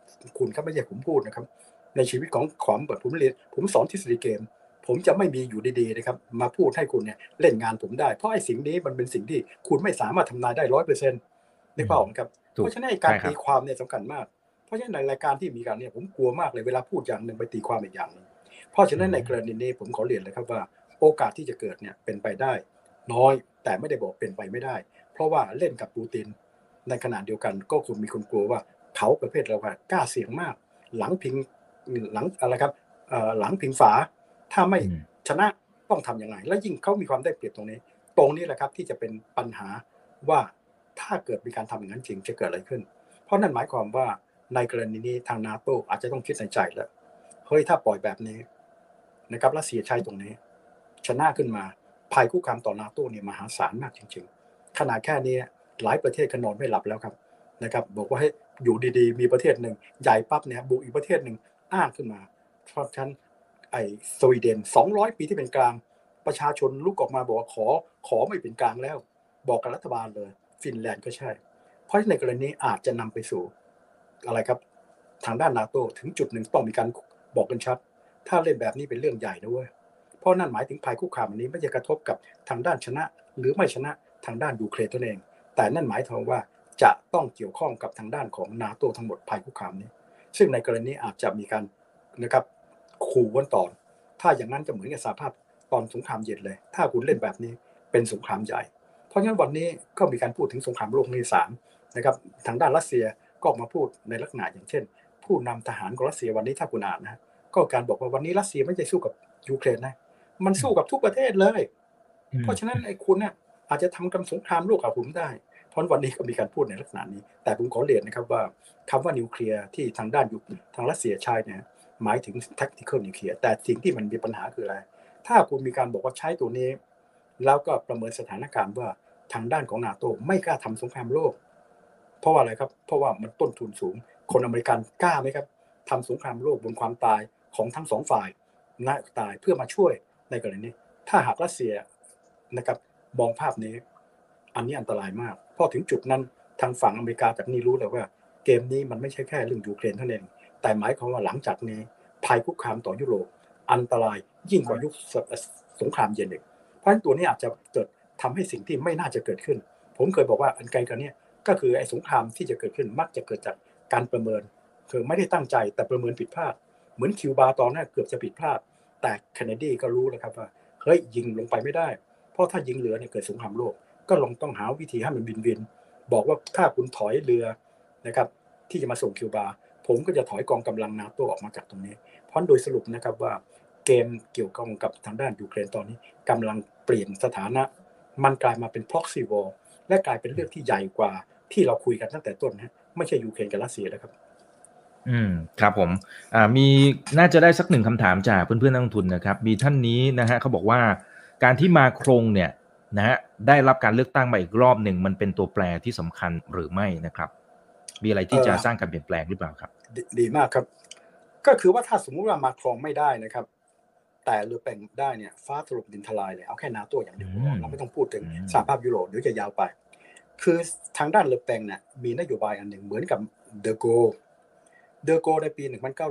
คุณครับไม่ใช่ผมพูดนะครับในชีวิตของขวามแบบผมเรียนผมสอนทฤษฎีเกมผมจะไม่มีอยู่ดีๆนะครับมาพูดให้คุณเนี่ยเล่นงานผมได้เพราะไอ้สิ่งนี้มันเป็นสิ่งที่คุณไม่สามารถทำนายได้100%นึกภาพออกไหมครับเพถูกราะฉะนั้นกาใช่ครับรตีความเนี่ยสำคัญมากเพราะฉะนั้นในรายการที่มีการเนี่ยผมกลัวมากเลยเวลาพูดอย่างหนึ่งไปตีความอีกอย่างนึงเพราะฉะนั้นในกรณีนี้ผมขอเรียนเลยครับว่าโอกาสที่จะเกิดเนี่ยเป็นไปได้น้อยแต่ไม่ได้บอกเป็นไปไม่ได้เพราะว่าเล่นกับปูตินในขณะเดียวกันก็คงมีคนกลัวว่าเขาประเภทเรากล้าเสี่ยงมากหลังพิงหลังอะไรครับหลังพิงฝาถ้าไม่ชนะต้องทำยังไงและยิ่งเขามีความได้เปรียบตรงนี้แหละครับที่จะเป็นปัญหาว่าถ้าเกิดมีการทำอย่างนั้นจริงจะเกิดอะไรขึ้นเพราะนั่นหมายความว่าในกรณีนี้ทางนาโต้อาจจะต้องคิดในใจแล้วเฮ้ยถ้าปล่อยแบบนี้นะครับรัสเซียใช้ตรงนี้ชนะขึ้นมาภัยคุกคามต่อนาโต้เนี่ยมหาศาลมากจริงๆขนาดแค่นี้หลายประเทศก็นอนไม่หลับแล้วครับนะครับบอกว่าให้อยู่ดีๆมีประเทศหนึ่งใหญ่ปั๊บเนี่ยบุกอีกประเทศหนึ่งอ้างขึ้นมาเพราะฉะนั้นไอ้สวีเดน200ปีที่เป็นกลางประชาชนลุกออกมาบอกว่าขอไม่เป็นกลางแล้วบอกกับรัฐบาลเลยฟินแลนด์ก็ใช่เพราะในกรณีอาจจะนำไปสู่อะไรครับทางด้านนาโต้ถึงจุดหนึ่งต้องมีการบอกกันชัดถ้าเล่นแบบนี้เป็นเรื่องใหญ่นะเว้ยเพราะนั่นหมายถึงภัยคุกคามอันนี้ไม่จะกระทบกับทางด้านชนะหรือไม่ชนะทางด้านยูเครนตัวเองแต่นั่นหมายถึงว่าจะต้องเกี่ยวข้องกับทางด้านของนาโต้ทั้งหมดภัยคุกคามนี้ซึ่งในกรณีอาจจะมีการนะครับขู่กันต่อถ้าอย่างนั้นจะเหมือนกับสหภาพตอนสงครามเย็นเลยถ้าคุณเล่นแบบนี้เป็นสงครามใหญ่เพราะฉะนั้นวันนี้ก็มีการพูดถึงสงครามโลกครั้งที่3นะครับทางด้านรัสเซียก็มาพูดในลักษณะอย่างเช่นผู้นำทหารของรัสเซียวันนี้ถ้าคุณอ่านนะก็การบอกว่าวันนี้รัสเซียไม่ใช่สู้กับยูเครนนะมันสู้กับทุกประเทศเลยเพราะฉะนั้นไอ้คุณเนี่ยอาจจะทำกำสงครามโลกกับผมได้เพราะวันนี้ก็มีการพูดในลักษณะนี้แต่ผมขอเรียนนะครับว่าคำว่านิวเคลียร์ที่ทางด้านทางรัสเซียใช้เนี่ยหมายถึง tactical nuclear แต่สิ่งที่มันมีปัญหาคืออะไรถ้าคุณมีการบอกว่าใช้ตัวนี้แล้วก็ประเมินสถานการณ์ว่าทางด้านของนาโต้ไม่กล้าทำสงครามโลกเพราะว่าอะไรครับเพราะว่ามันต้นทุนสูงคนอเมริกันกล้าไหมครับทำสงครามโลกบนความตายของทั้งสองฝ่ายนะตายเพื่อมาช่วยในกรณีนี้ถ้าหากรัสเซียนะครับมองภาพนี้อันนี้อันตรายมากพอถึงจุดนั้นทางฝั่งอเมริกาจากนี้รู้เลยว่าเกมนี้มันไม่ใช่แค่เรื่องยูเครนเท่านั้นเองแต่หมายความว่าหลังจากนี้ภัยคุกคามต่อยุโรปอันตรายยิ่งกว่ายุคสงครามเย็นอีกเพราะฉะนั้นตัวนี้อาจจะเกิดทำให้สิ่งที่ไม่น่าจะเกิดขึ้นผมเคยบอกว่าอันไกลกันเนี่ยก็คือไอ้สงครามที่จะเกิดขึ้นมักจะเกิดจากการประเมินคือไม่ได้ตั้งใจแต่ประเมินผิดพลาดเหมือนคิวบาตอนนั้นเกือบจะผิดพลาดแต่เคนเนดีก็รู้แล้วครับว่าเฮ้ยยิงลงไปไม่ได้เพราะถ้ายิงเรือเนี่ยเกิดสงครามโลกก็ลองต้องหาวิธีให้มันวินบอกว่าถ้าคุณถอยเรือนะครับที่จะมาส่งคิวบาผมก็จะถอยกองกำลังนาโต้ออกมาจากตรงนี้เพราะโดยสรุปนะครับว่าเกมเกี่ยวกับทางด้านยูเครนตอนนี้กำลังเปลี่ยนสถานะมันกลายมาเป็น proxy war และกลายเป็นเรื่องที่ใหญ่กว่าที่เราคุยกันตั้งแต่ต้นนะไม่ใช่ยูเครนกับรัสเซียแล้วครับครับผมมีน่าจะได้สัก1คำถามจากเพื่อนๆนักลงทุนนะครับมีท่านนี้นะฮะเขาบอกว่าการที่มาโครงเนี่ยนะฮะได้รับการเลือกตั้งมาอีกรอบหนึ่งมันเป็นตัวแปรที่สำคัญหรือไม่นะครับมีอะไรที่จะสร้างการเปลี่ยนแปลงหรือเปล่าครับดีมากครับก็คือว่าถ้าสมมุติว่ามาครองไม่ได้นะครับแต่เลอเปงได้เนี่ยฟ้าถล่มดินทลายเลยเอาแค่นาโต้อย่างเดียวเราไม่ต้องพูดถึงสหภาพยุโรปเดี๋ยวจะยาวไปคือทางด้านเลอเปงเนี่ยมีนโยบายอันหนึ่งเหมือนกับเดอโกในปี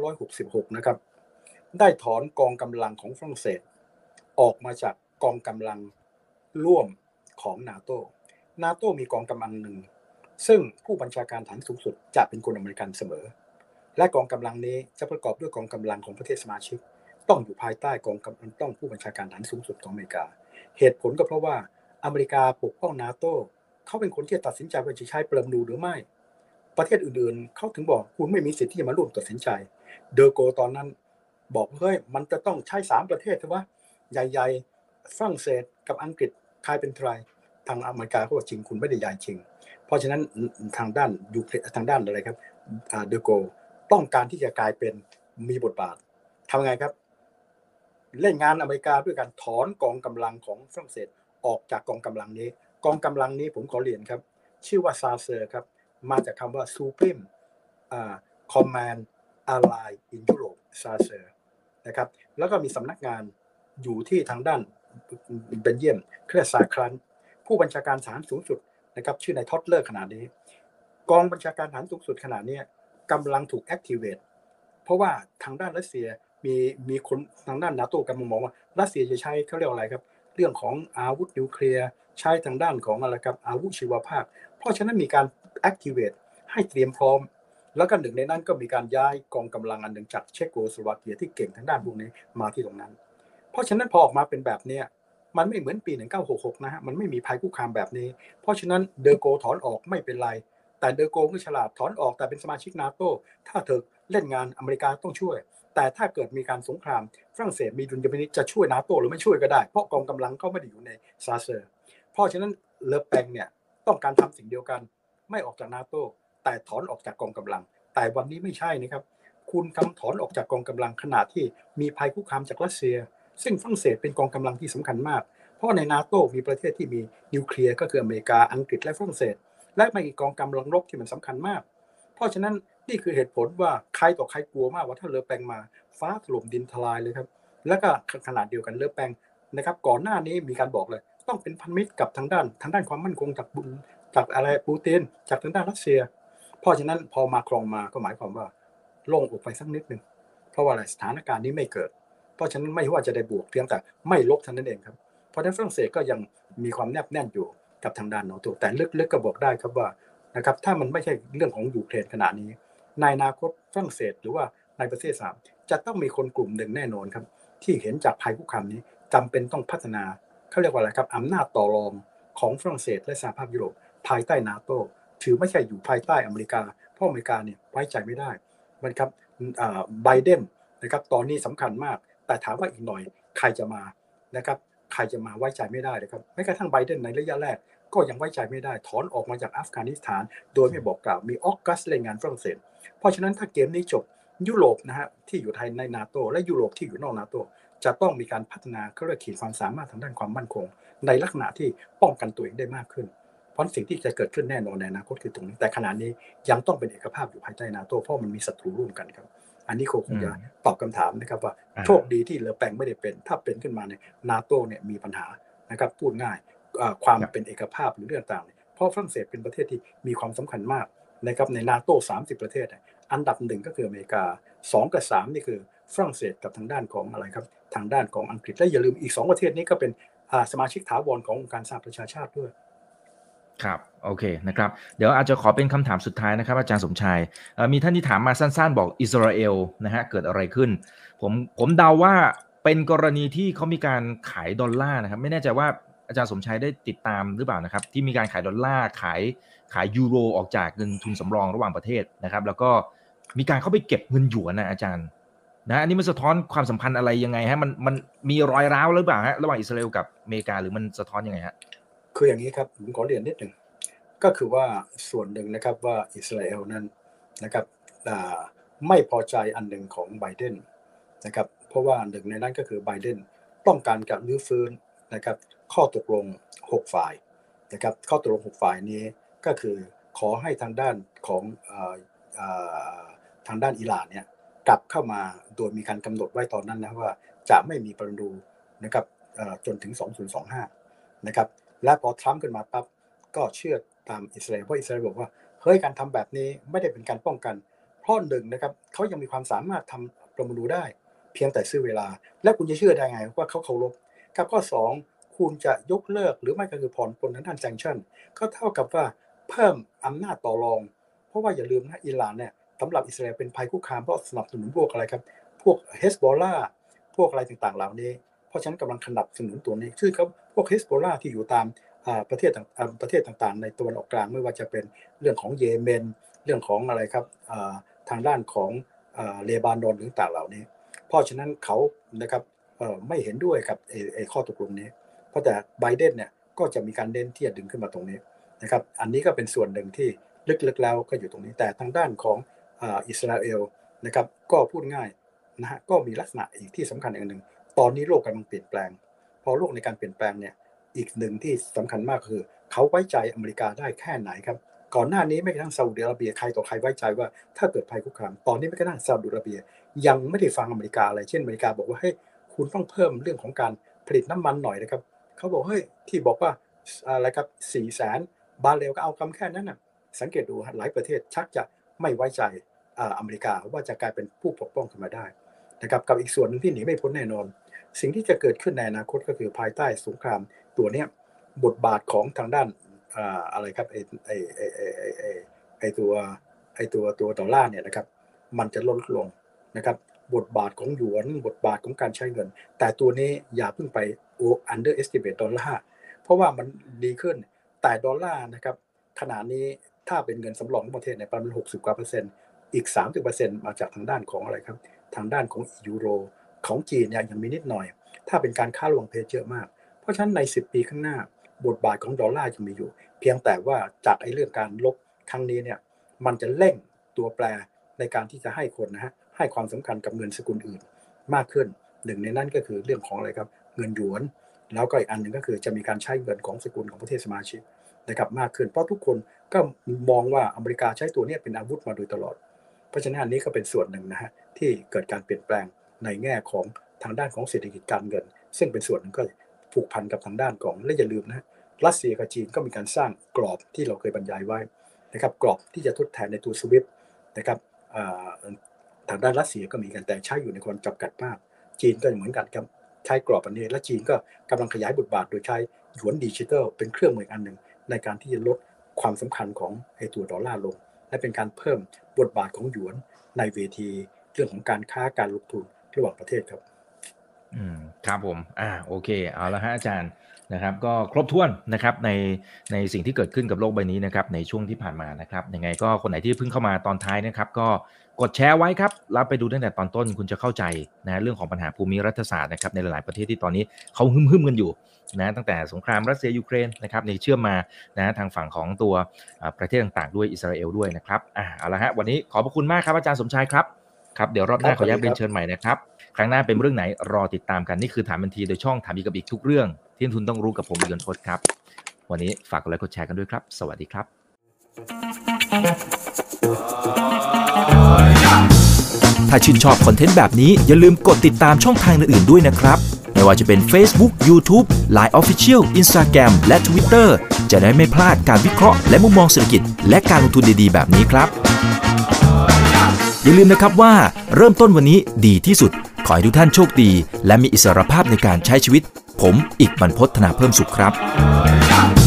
1966นะครับได้ถอนกองกำลังของฝรั่งเศสออกมาจากกองกำลังร่วมของนาโต้มีกองกำลังหนึ่งซึ่งผู้บัญชาการฐานสูงสุดจะเป็นคนอเมริกันเสมอและกองกำลังนี้จะประกอบด้วยกองกำลังของประเทศสมาชิกต้องอยู่ภายใต้กองกำลังต้องผู้บัญชาการฐานสูงสุดของอเมริกาเหตุผลก็เพราะว่าอเมริกาปกป้องนาโต้เขาเป็นคนที่ตัดสินใจว่าจะใช้ปรมาณูหรือไม่ประเทศอื่นๆเขาถึงบอกคุณไม่มีสิทธิ์ที่จะมาร่วมตัดสินใจเดอโกตอนนั้นบอกเฮ้ยมันจะต้องใช้3ประเทศใช่ไหมใหญ่ๆฝรั่งเศสกับอังกฤษใครเป็นใครทางอเมริกาเขาบอกจริงคุณไม่ได้ใหญ่จริงเพราะฉะนั้นทางด้านยูเครนทางด้านอะไรครับเดอโกต้องการที่จะกลายเป็นมีบทบาททำไงครับเล่นงานอเมริกาด้วยการถอนกองกำลังของฝรั่งเศสออกจากกองกำลังนี้กองกำลังนี้ผมขอเรียนครับชื่อว่าซาเซอร์ครับมาจากคำว่า Supreme Command Ally in Europe ซาเซอร์นะครับแล้วก็มีสำนักงานอยู่ที่ทางด้านเบลเยียมเครือซาครันผู้บัญชาการทหารสูงสุดนะครับชื่อนายท็อตเลอร์ขนาดนี้กองบัญชาการทหารสูงสุดขนาดนี้กำลังถูก activate เพราะว่าทางด้านรัสเซียมีคนทางด้านนาโต้กำลังมองว่ารัสเซียจะใช้เขาเรียกอะไรครับเรื่องของอาวุธนิวเคลียร์ใช้ทางด้านของอะไรครับอาวุธชีวภาพเพราะฉะนั้นมีการ activate ให้เตรียมพร้อมแล้วก็หนึ่งในนั้นก็มีการย้ายกองกำลังอันหนึ่งจากเชโกสโลวาเกียที่เก่งทางด้านพวกนี้มาที่ตรงนั้นเพราะฉะนั้นพอออกมาเป็นแบบนี้มันไม่เหมือนปี1966นะฮะมันไม่มีภัยคุกคามแบบนี้เพราะฉะนั้นเดอโกถอนออกไม่เป็นไรแต่เดอโกก็ฉลาดถอนออกแต่เป็นสมาชิกนาโต้ถ้าเธอเล่นงานอเมริกาต้องช่วยแต่ถ้าเกิดมีการสงครามฝรั่งเศสมีดุลยพินิจจะช่วยนาโต้หรือไม่ช่วยก็ได้เพราะกองกำลังก็ไม่ได้อยู่ในซาเซอร์เพราะฉะนั้นเลอแปงเนี่ยต้องการทำสิ่งเดียวกันไม่ออกจากนาโต้แต่ถอนออกจากกองกำลังแต่วันนี้ไม่ใช่นะครับคุณกำลังถอนออกจากกองกำลังขณะที่มีภัยคุกคามจากรัสเซียซึ่งฝรั่งเศสเป็นกองกำลังที่สำคัญมากเพราะในนาโต้มีประเทศที่มีนิวเคลียร์ก็คืออเมริกาอังกฤษและฝรั่งเศสและมีกองกำลังรบที่มันสำคัญมากเพราะฉะนั้นนี่คือเหตุผลว่าใครต่อใครกลัวมากว่าถ้าเลอแปงมาฟ้าถล่มดินทลายเลยครับแล้วก็ขนาดเดียวกันเลอแปงนะครับก่อนหน้านี้มีการบอกเลยต้องเป็นพันธมิตรกับทางด้านความมั่นคงจากอะไรปูตินจากทางด้านรัสเซียเพราะฉะนั้นพอมาครองมาก็หมายความว่าโล่งอกไปสักนิดนึงเพราะว่าอะไรสถานการณ์นี้ไม่เกิดเพราะฉะนั้นไม่ว่าจะได้บวกเพียงแต่ไม่ลบเท่านั้นเองครับเพราะฉะนั้นฝรั่งเศสก็ยังมีความแนบแน่นอยู่กับทางด้านนาโต้แต่ลึกๆก็บอกได้ครับว่านะครับถ้ามันไม่ใช่เรื่องของยูเครนขณะนี้ในอนาคตฝรั่งเศสหรือว่าในประเทศสามจะต้องมีคนกลุ่มหนึ่งแน่นอนครับที่เห็นจากภัยคุกคามนี้จำเป็นต้องพัฒนาเขาเรียกว่าอะไรครับอำนาจต่อรองของฝรั่งเศสและสหภาพยุโรปภายใต้นาโต้ถือไม่ใช่อยู่ภายใต้อเมริกาเพราะอเมริกาเนี่ยไว้ใจไม่ได้มันครับไบเดนนะครับตอนนี้สำคัญมากแต่ถามว่าอีกหน่อยใครจะมานะครับใครจะมาไว้ใจไม่ได้นะครับแม้กระทั่งไบเดนในระยะแรกก็ยังไว้ใจไม่ได้ถอนออกมาจากอัฟกานิสถานโดยไม่บอกกล่าวมีออกัสเล่นงานฝรั่งเศสเพราะฉะนั้นถ้าเกมนี้จบยุโรปนะฮะที่อยู่ในนาโตและยุโรปที่อยู่นอกนาโตจะต้องมีการพัฒนาเขาเรียกขีดความสามารถทางด้านความมั่นคงในลักษณะที่ป้องกันตัวเองได้มากขึ้นเพราะสิ่งที่จะเกิดขึ้นแน่นอนในอนาคตคือตรงนี้แต่ขณะนี้ยังต้องเป็นเอกภาพอยู่ภายใต้นาโตเพราะมันมีศัตรูร่วมกันครับอันนี้คงจะตอบคำถามนะครับว่าโชคดีที่เลอแปงไม่ได้เป็นถ้าเป็นขึ้นมาเนี่ยนาโตเนี่ยมีปัญหานะครับพูดง่ายความเป็นเอกภาพหรือเรื่องต่างๆเพราะฝรั่งเศสเป็นประเทศที่มีความสำคัญมากนะครับในนาโต30ประเทศอันดับ1ก็คืออเมริกา2กับ3นี่คือฝรั่งเศสกับทางด้านของอะไรครับทางด้านของอังกฤษและอย่าลืมอีก2ประเทศนี้ก็เป็นสมาชิกถาวรขององค์การสหประชาชาติด้วยครับโอเคนะครับเดี๋ยวอาจจะขอเป็นคำถามสุดท้ายนะครับอาจารย์สมชายมีท่านที่ถามมาสั้นๆบอกอิสราเอลนะฮะเกิดอะไรขึ้นผมเดาว่าเป็นกรณีที่เขามีการขายดอลลาร์นะครับไม่แน่ใจว่าอาจารย์สมชายได้ติดตามหรือเปล่านะครับที่มีการขายดอลลาร์ขายยูโรออกจากเงินทุนสำรองระหว่างประเทศนะครับแล้วก็มีการเข้าไปเก็บเงินหยวนนะอาจารย์นะอันนี้มันสะท้อนความสัมพันธ์อะไรยังไงฮะมันมีรอยร้าวหรือเปล่าฮะระหว่างอิสราเอลกับอเมริกาหรือมันสะท้อนยังไงฮะคืออย่างนี้ครับผมขอเรียนนิดหนึ่งก็คือว่าส่วนหนึ่งนะครับว่าอิสราเอลนั้นนะครับไม่พอใจอันหนึ่งของไบเดนนะครับเพราะว่าหนึ่งในนั้นก็คือไบเดนต้องการการรื้อฟื้นนะครับข้อตกลง6ฝ่ายนะครับข้อตกลง6ฝ่ายนี้ก็คือขอให้ทางด้านของทางด้านอิหร่านเนี่ยกลับเข้ามาโดยมีการกำหนดไว้ตอนนั้นนะว่าจะไม่มีปรมาณูนะครับจนถึง2025นะครับและพอทรัมป์ขึ้นมาปั๊บก็เชื่อตามอิสราเอลเพราะอิสราเอลบอกว่าเฮ้ยการทำแบบนี้ไม่ได้เป็นการป้องกันเพราะหนึ่งนะครับเขายังมีความสามารถทำปรมาณูได้เพียงแต่ซื้อเวลาและคุณจะเชื่อได้ไงว่าเขาเคารพกับข้อ2คุณจะยกเลิกหรือไม่ก็คือผ่อนปลนทางด้านแซงชั่นก็เท่ากับว่าเพิ่มอำนาจต่อรองเพราะว่าอย่าลืมนะอิหร่านเนี่ยสำหรับอิสราเอลเป็นภัยคุกคามเพราะสนับสนุนพวกอะไรครับพวกเฮสบอลลาพวกอะไรต่างๆเหล่านี้เพราะฉะนั้นกำลังสนับสนุนตัวนี้คือเขาพวกเฮสบอลลาที่อยู่ตามประเทศต่างๆในตะวันออกกลางไม่ว่าจะเป็นเรื่องของเยเมนเรื่องของอะไรครับทางด้านของเลบานอนหรือต่างเหล่านี้เพราะฉะนั้นเขานะครับไม่เห็นด้วยกับข้อตกลงนี้เพราะแต่ไบเดนเนี่ยก็จะมีการเน้นที่จะดึงขึ้นมาตรงนี้นะครับอันนี้ก็เป็นส่วนหนึ่งที่ลึกๆแล้วก็อยู่ตรงนี้แต่ทางด้านของอิสราเอลนะครับก็พูดง่ายนะฮะก็มีลักษณะอีกที่สำคัญอย่างหนึ่งตอนนี้โลกกำลังเปลี่ยนแปลงพอโลกในการเปลี่ยนแปลงเนี่ยอีกหนึ่งที่สำคัญมากคือเขาไว้ใจอเมริกาได้แค่ไหนครับก่อนหน้านี้ไม่กระทั่งซาอุดิอาระเบียใครต่อใครไว้ใจว่าถ้าเกิดภัยคุกคามตอนนี้ไม่กระทั่งซาอุดิอาระเบียยังไม่ได้ฟังอเมริกาอะไรเช่นอเมริกาบอกว่าเฮ้ยคุณต้องเพิ่มเรื่องของการผลิตน้ำมันหน่อยนะครับเขาบอกเฮ้ยที่บอกว่าอะไรครับ400,000 บาร์เรลก็เอาคำแค่นั้นนะสังเกตดูหลายประเทศชักจะไม่ไว้ใจอเมริกาว่าจะกลายเป็นผู้ปกป้องขึ้นมาได้นะครับกับอีกส่วนนึงที่หนีไม่พ้นแน่นอนสิ่งที่จะเกิดขึ้นในอนาคตก็คือภายใต้สงครามตัวเนี้ยบทบาทของทางด้านอะไรครับตัวดอลลาร์เนี่ยนะครับมันจะลดลงนะครับบทบาทของหยวนบทบาทของการใช้เงินแต่ตัวนี้อย่าเพิ่งไป underestimate ดอลลาร์เพราะว่ามันดีขึ้นแต่ดอลลาร์นะครับขณะนี้ถ้าเป็นเงินสำรองของประเทศเนี่ยประมาณ60%กว่าอีก 30% มาจากทางด้านของอะไรครับทางด้านของยูโรของจีนเนี่ยยังมีนิดหน่อยถ้าเป็นการค้าระหว่างประเทศเยอะมากเพราะฉะนั้นใน10 ปีข้างหน้าบทบาทของดอลลาร์จะมีอยู่เพียงแต่ว่าจากเรื่องการลบครั้งนี้เนี่ยมันจะเร่งตัวแปรในการที่จะให้คนนะฮะให้ความสำคัญกับเงินสกุลอื่นมากขึ้นหนึ่งในนั้นก็คือเรื่องของอะไรครับเงินหยวนแล้วก็อีกอันหนึ่งก็คือจะมีการใช้เงินของสกุลของประเทศสมาชิกนะครับมากขึ้นเพราะทุกคนก็มองว่าอเมริกาใช้ตัวนี้เป็นอาวุธมาโดยตลอดเพราะฉะนั้นอันนี้ก็เป็นส่วนหนึ่งนะฮะที่เกิดการเปลี่ยนแปลงในแง่ของทางด้านของเศรษฐกิจการเงินซึ่งเป็นส่วนหนึ่งก็ผูกพันกับทางด้านของและอย่าลืมนะรัสเซียกับจีนก็มีการสร้างกรอบที่เราเคยบรรยายไว้นะครับกรอบที่จะทดแทนในตัวสวิฟต์นะครับทางด้านรัสเซียก็มีกันแต่ใช้อยู่ในความจำกัดมากจีนก็เหมือนกันครับใช้กรอบอันนี้และจีนก็กำลังขยายบทบาทโดยใช้หยวนดิจิทัลเป็นเครื่องมืออันหนึ่งในการที่จะลดความสำคัญของตัวดอลลาร์ลงและเป็นการเพิ่มบทบาทของหยวนในเวทีเรื่องของการค้าการลงทุนระหว่างประเทศครับครับผมโอเคเอาละฮะอาจารย์นะครับก็ครบถ้วนนะครับในสิ่งที่เกิดขึ้นกับโลกใบนี้นะครับในช่วงที่ผ่านมานะครับยังไงก็คนไหนที่เพิ่งเข้ามาตอนท้ายนะครับก็กดแชร์ไว้ครับแล้วไปดูตั้งแต่ตอนต้นคุณจะเข้าใจนะเรื่องของปัญหาภูมิรัฐศาสตร์นะครับในหลายๆประเทศที่ตอนนี้เขาหึ่มๆกันอยู่นะตั้งแต่สงครามรัสเซียยูเครนนะครับในเชื่อมมานะทางฝั่งของตัวประเทศต่างๆด้วยอิสราเอลด้วยนะครับเอาละฮะวันนี้ขอบพระคุณมากครับอาจารย์สมชายครับเดี๋ยวรอบหน้าขออนุญาตเรียนเชิญใหม่นะครับครั้งหน้าเป็นเรื่องไหนรอติดตามกันนี่คือถามทันทีโดยช่องถามอีกกับอีกทุกเรื่องที่ทุนต้องรู้กับผมยนต์พจน์ครับวันนี้ฝากกดไลค์กดแชร์กันด้วยครับสวัสดีครับถ้าชื่นชอบคอนเทนต์แบบนี้อย่าลืมกดติดตามช่องทางอื่นๆด้วยนะครับไม่ว่าจะเป็น Facebook, YouTube, Line Official, Instagram และ Twitter จะได้ไม่พลาดการวิเคราะห์และมุมมองเศรษฐกิจและการลงทุนดีๆแบบนี้ครับอย่าลืมนะครับว่าเริ่มต้นวันนี้ดีที่สุดขอให้ทุกท่านโชคดีและมีอิสรภาพในการใช้ชีวิตผมอีกบรรพต ธนาเพิ่มสุขครับ